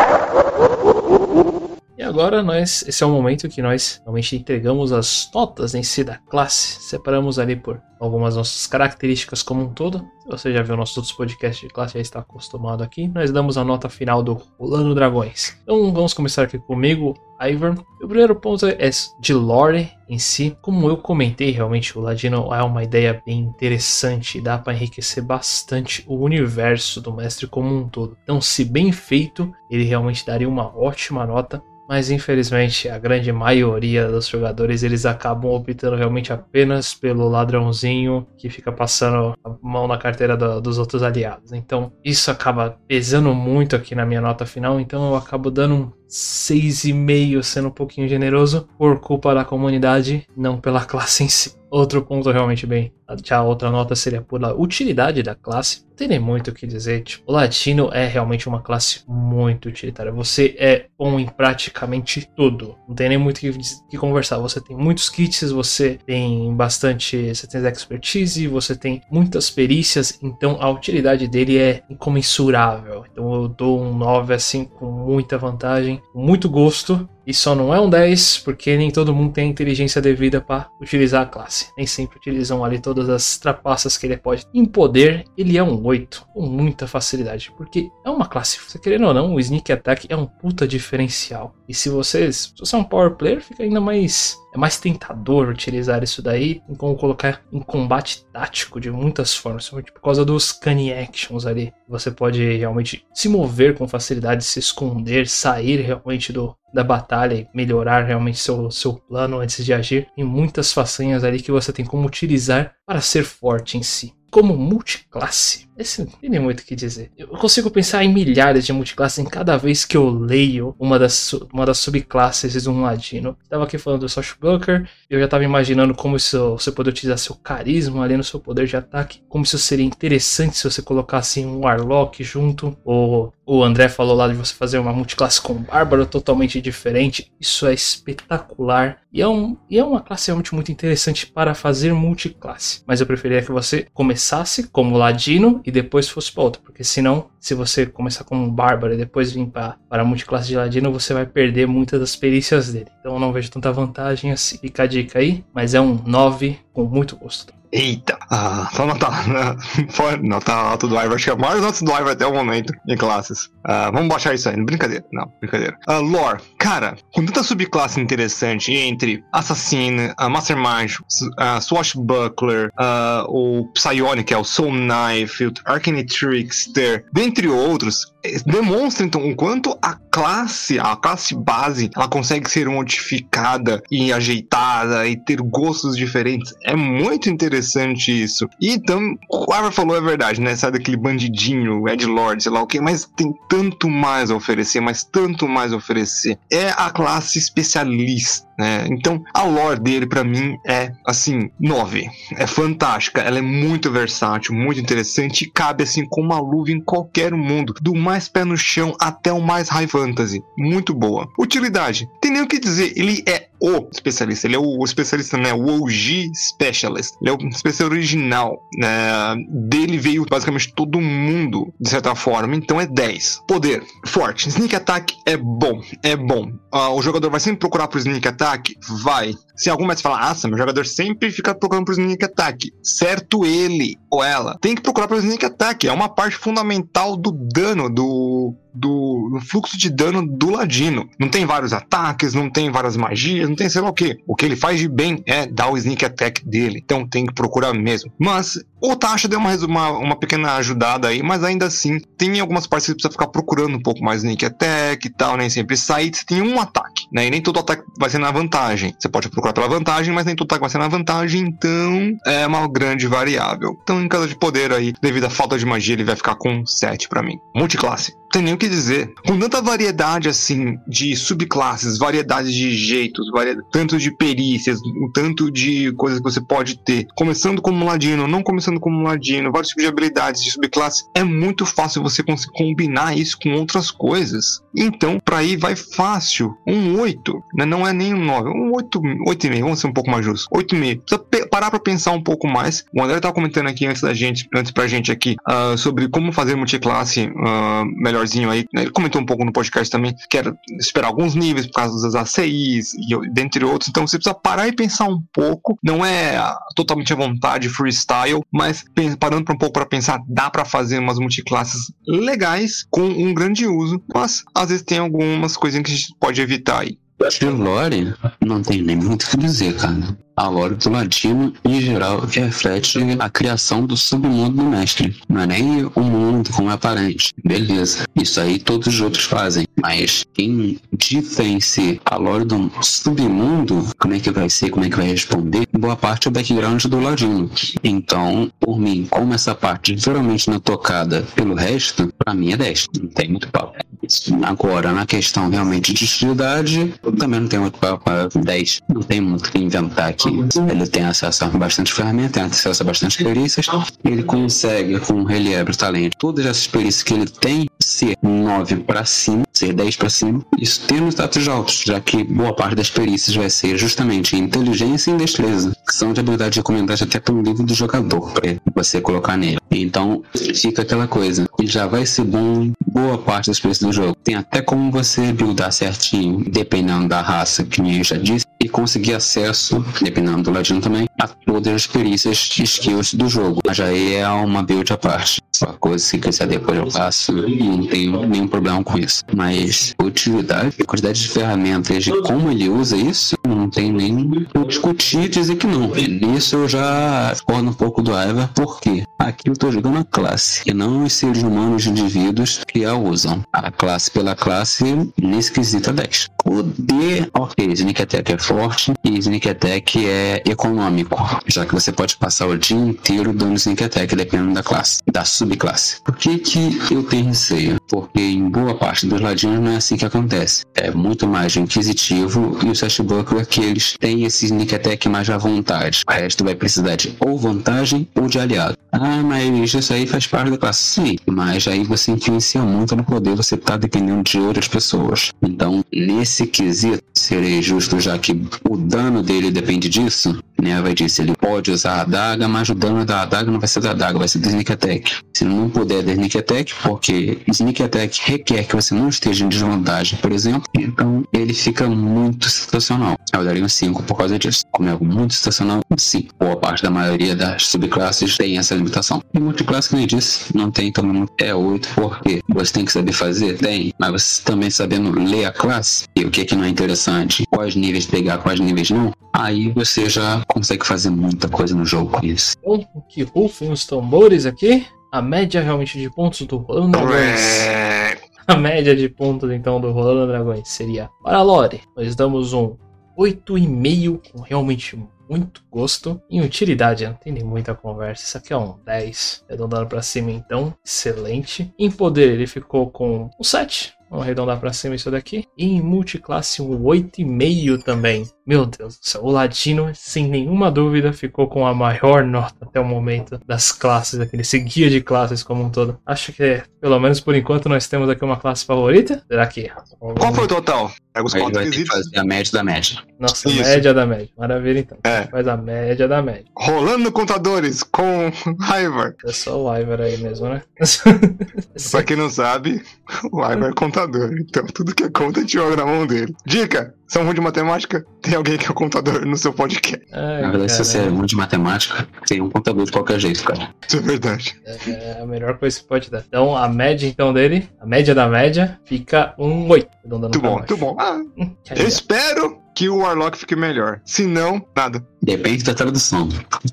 E agora esse é o momento que nós realmente entregamos as notas em si da classe. Separamos ali por algumas nossas características como um todo. Se você já viu nossos outros podcasts de classe, já está acostumado aqui. Nós damos a nota final do Rolando Dragões. Então vamos começar aqui comigo, Ivor. O primeiro ponto é de lore em si. Como eu comentei, realmente o Ladino é uma ideia bem interessante. Dá para enriquecer bastante o universo do mestre como um todo. Então, se bem feito, ele realmente daria uma ótima nota. Mas infelizmente a grande maioria dos jogadores eles acabam optando realmente apenas pelo ladrãozinho que fica passando a mão na carteira dos outros aliados. Então isso acaba pesando muito aqui na minha nota final, então eu acabo dando um 6,5, sendo um pouquinho generoso, por culpa da comunidade, não pela classe em si. Outro ponto realmente bem, já a outra nota seria pela utilidade da classe. Não tem nem muito o que dizer, tipo, o Ladino é realmente uma classe muito utilitária. Você é bom em praticamente tudo. Não tem nem muito o que conversar. Você tem muitos kits, você tem expertise, você tem muitas perícias, então a utilidade dele é incomensurável. Então eu dou um 9 assim com muita vantagem, com muito gosto. E só não é um 10 porque nem todo mundo tem a inteligência devida para utilizar a classe. Nem sempre utilizam ali todas as trapaças que ele pode. Em poder, ele é um 8 com muita facilidade, porque é uma classe, você querendo ou não, o Sneak Attack é um puta diferencial. E se você é um power player, fica ainda mais... É mais tentador utilizar isso daí, tem como colocar em combate tático de muitas formas, por causa dos Canny Actions ali. Você pode realmente se mover com facilidade, se esconder, sair realmente da batalha e melhorar realmente seu plano antes de agir. Tem muitas façanhas ali que você tem como utilizar para ser forte em si. Como multiclasse, esse não tem nem muito o que dizer. Eu consigo pensar em milhares de multiclasses em cada vez que eu leio uma das subclasses de um Ladino. Estava aqui falando do Swashbuckler, eu já estava imaginando como você poder utilizar seu carisma ali no seu poder de ataque, como isso seria interessante se você colocasse um Warlock junto. O André falou lá de você fazer uma multiclasse com Bárbaro totalmente diferente. Isso é espetacular e é uma classe realmente muito interessante para fazer multiclasse. Mas eu preferia que você começasse como Ladino e depois fosse para outra, porque senão, se você começar como um Bárbaro e depois vir para a multiclasse de Ladino, você vai perder muitas das perícias dele. Então eu não vejo tanta vantagem assim. Fica a dica aí, mas é um 9 com muito gosto. Eita, só nota alta do Ivar, acho que é a maior nota do Ivar até o momento em classes. Vamos baixar isso aí, brincadeira. Lore, cara, com tanta subclasse interessante entre Assassino, Mastermind, Swashbuckler, o Psionic, que é o Soul Knife, o Arcane Trickster, dentre outros, demonstra então o quanto a classe base, ela consegue ser modificada e ajeitada e ter gostos diferentes. É muito interessante isso. E então, o Ivar falou, é verdade, né? Sai daquele bandidinho, Edgelord, sei lá o que, mas tem tanto mais a oferecer, É a classe especialista, né? Então, a lore dele, pra mim, é, assim, 9. É fantástica, ela é muito versátil, muito interessante e cabe, assim, com uma luva em qualquer mundo, do mais pé no chão até o mais high fantasy. Muito boa. Utilidade, tem nem o que dizer, ele é o especialista, ele é o especialista, né? O OG Specialist, ele é o especialista original, né? Dele veio basicamente todo mundo, de certa forma, então é 10. Poder, forte, Sneak Attack é bom. O jogador vai sempre procurar pro Sneak Attack? Vai. Se algum mestre falar, meu jogador sempre fica procurando pro Sneak Attack, certo, ele ou ela tem que procurar pro Sneak Attack, é uma parte fundamental do dano, do fluxo de dano do Ladino. Não tem vários ataques, não tem várias magias, não tem sei lá o que. O que ele faz de bem é dar o Sneak Attack dele. Então tem que procurar mesmo. Mas o Tasha deu uma pequena ajudada aí, mas ainda assim tem algumas partes que você precisa ficar procurando um pouco mais Sneak Attack e tal, nem sempre sai. Você tem um ataque, né? E nem todo ataque vai ser na vantagem. Você pode procurar pela vantagem, mas nem todo ataque vai ser na vantagem, então é uma grande variável. Então em caso de poder aí, devido à falta de magia, ele vai ficar com 7 pra mim. Multiclasse, tem nem o que dizer. Com tanta variedade assim de subclasses, variedade de jeitos, tanto de perícias, tanto de coisas que você pode ter, começando como Ladino, não começando como Ladino, vários tipos de habilidades de subclasse, é muito fácil você conseguir combinar isso com outras coisas. Então, pra aí vai fácil. Um 8, né? Não é nem um 9, um 8,5, vamos ser um pouco mais justos. 8,5. Precisa parar pra pensar um pouco mais. O André tava comentando aqui antes pra gente aqui, sobre como fazer multiclasse melhorzinho aí. Ele comentou um pouco no podcast também, que era esperar alguns níveis por causa das ACIs, e dentre outros. Então você precisa parar e pensar um pouco. Não é totalmente à vontade, freestyle, mas parando um pouco para pensar, dá para fazer umas multiclasses legais com um grande uso, mas às vezes tem algumas coisinhas que a gente pode evitar aí. De lore, não tem nem muito o que dizer, cara. A lore do Ladino, em geral, reflete a criação do submundo do mestre. Não é nem o mundo como é aparente. Beleza, isso aí todos os outros fazem. Mas quem diferencia a lore do submundo, como é que vai ser, como é que vai responder, boa parte é o background do Ladino. Então, por mim, como essa parte geralmente não é tocada pelo resto, pra mim é 10. Não tem muito papo. Agora, na questão realmente de utilidade, eu também não tenho muito para 10. Não tem muito o que inventar aqui. Ele tem acesso a bastante ferramentas, tem acesso a bastante perícias. Ele consegue, com o Reliable Talent, todas essas perícias que ele tem, ser 9 para cima, ser 10 para cima. Isso tendo status altos, já que boa parte das perícias vai ser justamente inteligência e destreza, que são de habilidade recomendadas até pelo nível do jogador, para você colocar nele. Então, fica aquela coisa. Ele já vai ser bom em boa parte das perícias do jogo. Tem até como você buildar certinho, dependendo da raça, que nem eu já disse, e conseguir acesso, dependendo do ladino também, a todas as perícias e skills do jogo. Mas aí é uma build à parte. Só coisa que quiser depois eu faço e não tenho nenhum problema com isso. Mas utilidade, quantidade de ferramentas e como ele usa isso, não tem nem o discutir e dizer que não. Nisso eu já discordo um pouco do Ivar, porque aqui eu tô jogando a classe e não os seres humanos indivíduos que a usam. A classe pela classe, nesse quesito 10. Poder, ok, Sneak Attack é forte e Sneak Attack é econômico, já que você pode passar o dia inteiro dando Sneak Attack, dependendo da classe, da subclasse. Por que eu tenho receio? Porque em boa parte dos ladinos não é assim que acontece. É muito mais inquisitivo e o Swashbuckler que eles têm esse Sneak Attack mais à vontade. O resto vai precisar de ou vantagem ou de aliado. Ah, mas isso aí faz parte da classe. Sim, mas aí você influencia muito no poder, você tá dependendo de outras pessoas. Então, nesse quesito, serei justo, já que o dano dele depende disso, né? Vai dizer, ele pode usar a adaga, mas o dano da adaga não vai ser da adaga, vai ser do Sneak Attack. Se não puder dar Sneak Attack, porque Sneak Attack requer que você não esteja em desvantagem, por exemplo, então ele fica muito situacional. Eu daria um 5 por causa disso. Como é algo muito situacional, sim. Boa parte da maioria das subclasses tem essa limitação. E multiclasse, que nem disse, não tem também. É 8, porque você tem que saber fazer? Tem. Mas você também sabendo ler a classe, e o que não é interessante, quais níveis pegar, quais níveis não, aí você já consegue fazer muita coisa no jogo com isso. Bom, que rufem os tambores aqui. A média realmente de pontos do Rolando Dragões. A média de pontos então do Rolando Dragões seria para a Lore. Nós damos um 8,5 com realmente muito gosto. Em utilidade, não tem nem muita conversa. Isso aqui é um 10. Arredondando para cima então, excelente. Em poder ele ficou com um 7. Vamos arredondar para cima isso daqui. E em multiclasse um 8,5 também. Meu Deus do céu, o Ladino, sem nenhuma dúvida, ficou com a maior nota até o momento das classes aqui, desse guia de classes como um todo. Acho que, pelo menos por enquanto, nós temos aqui uma classe favorita. Será que... Qual foi o total? Pega os 4 quesitos. Fazer a média da média. Nossa, isso. Média da média. Maravilha, então. Faz a média da média. Rolando contadores com Ivar. É só o Ivar aí mesmo, né? Pra quem não sabe, o Ivar é contador. Então, tudo que é conta, a gente joga na mão dele. Dica! São ruim de matemática? Tem alguém que é contador no seu podcast. Na verdade, se você é ruim de matemática, tem um contador de qualquer jeito, cara. Isso é verdade. É a melhor coisa que pode dar. Então, a média então dele, a média da média, fica um 8. Muito bom, muito bom. Eu espero que o Warlock fique melhor. Se não, nada. Depende da tradução.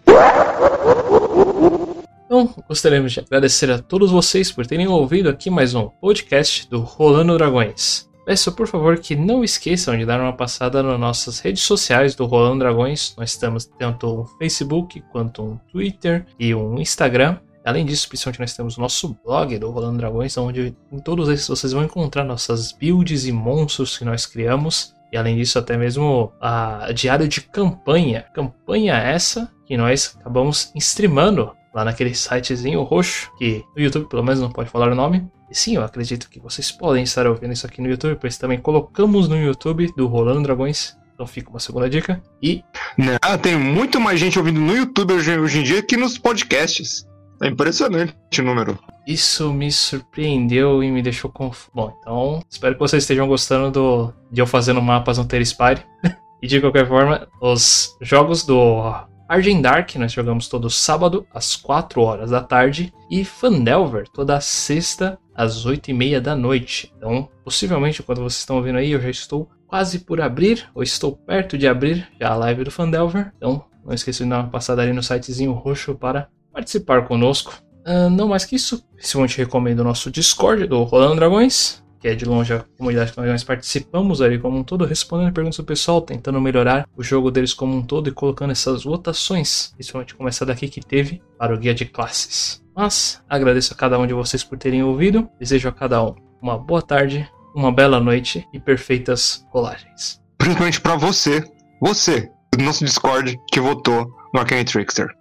Então, gostaríamos de agradecer a todos vocês por terem ouvido aqui mais um podcast do Rolando Dragões. Peço, por favor, que não esqueçam de dar uma passada nas nossas redes sociais do Rolando Dragões. Nós temos tanto um Facebook, quanto um Twitter e um Instagram. Além disso, principalmente nós temos o nosso blog do Rolando Dragões, onde em todos esses vocês vão encontrar nossas builds e monstros que nós criamos. E além disso, até mesmo a diário de campanha. Campanha essa que nós acabamos streamando lá naquele sitezinho roxo, que no YouTube pelo menos não pode falar o nome. E sim, eu acredito que vocês podem estar ouvindo isso aqui no YouTube, pois também colocamos no YouTube do Rolando Dragões. Então fica uma segunda dica. E... Não, tem muito mais gente ouvindo no YouTube hoje em dia que nos podcasts. É impressionante o número. Isso me surpreendeu e me deixou confuso. Bom, então espero que vocês estejam gostando de eu fazendo mapas no Terespire. E de qualquer forma, os jogos do Argent Dark nós jogamos todo sábado às 4 horas da tarde. E Phandelver toda sexta às 8h30 da noite. Então, possivelmente, quando vocês estão ouvindo aí, eu já estou quase por abrir, ou estou perto de abrir já a live do Phandelver. Então, não esqueça de dar uma passada ali no sitezinho roxo para participar conosco. Não mais que isso, principalmente recomendo o nosso Discord do Rolando Dragões, que é de longe a comunidade que nós participamos ali como um todo, respondendo perguntas do pessoal, tentando melhorar o jogo deles como um todo e colocando essas votações, principalmente como essa daqui que teve para o guia de classes. Mas agradeço a cada um de vocês por terem ouvido, desejo a cada um uma boa tarde, uma bela noite e perfeitas rolagens. Principalmente pra você do nosso Discord que votou no Arcane Trickster.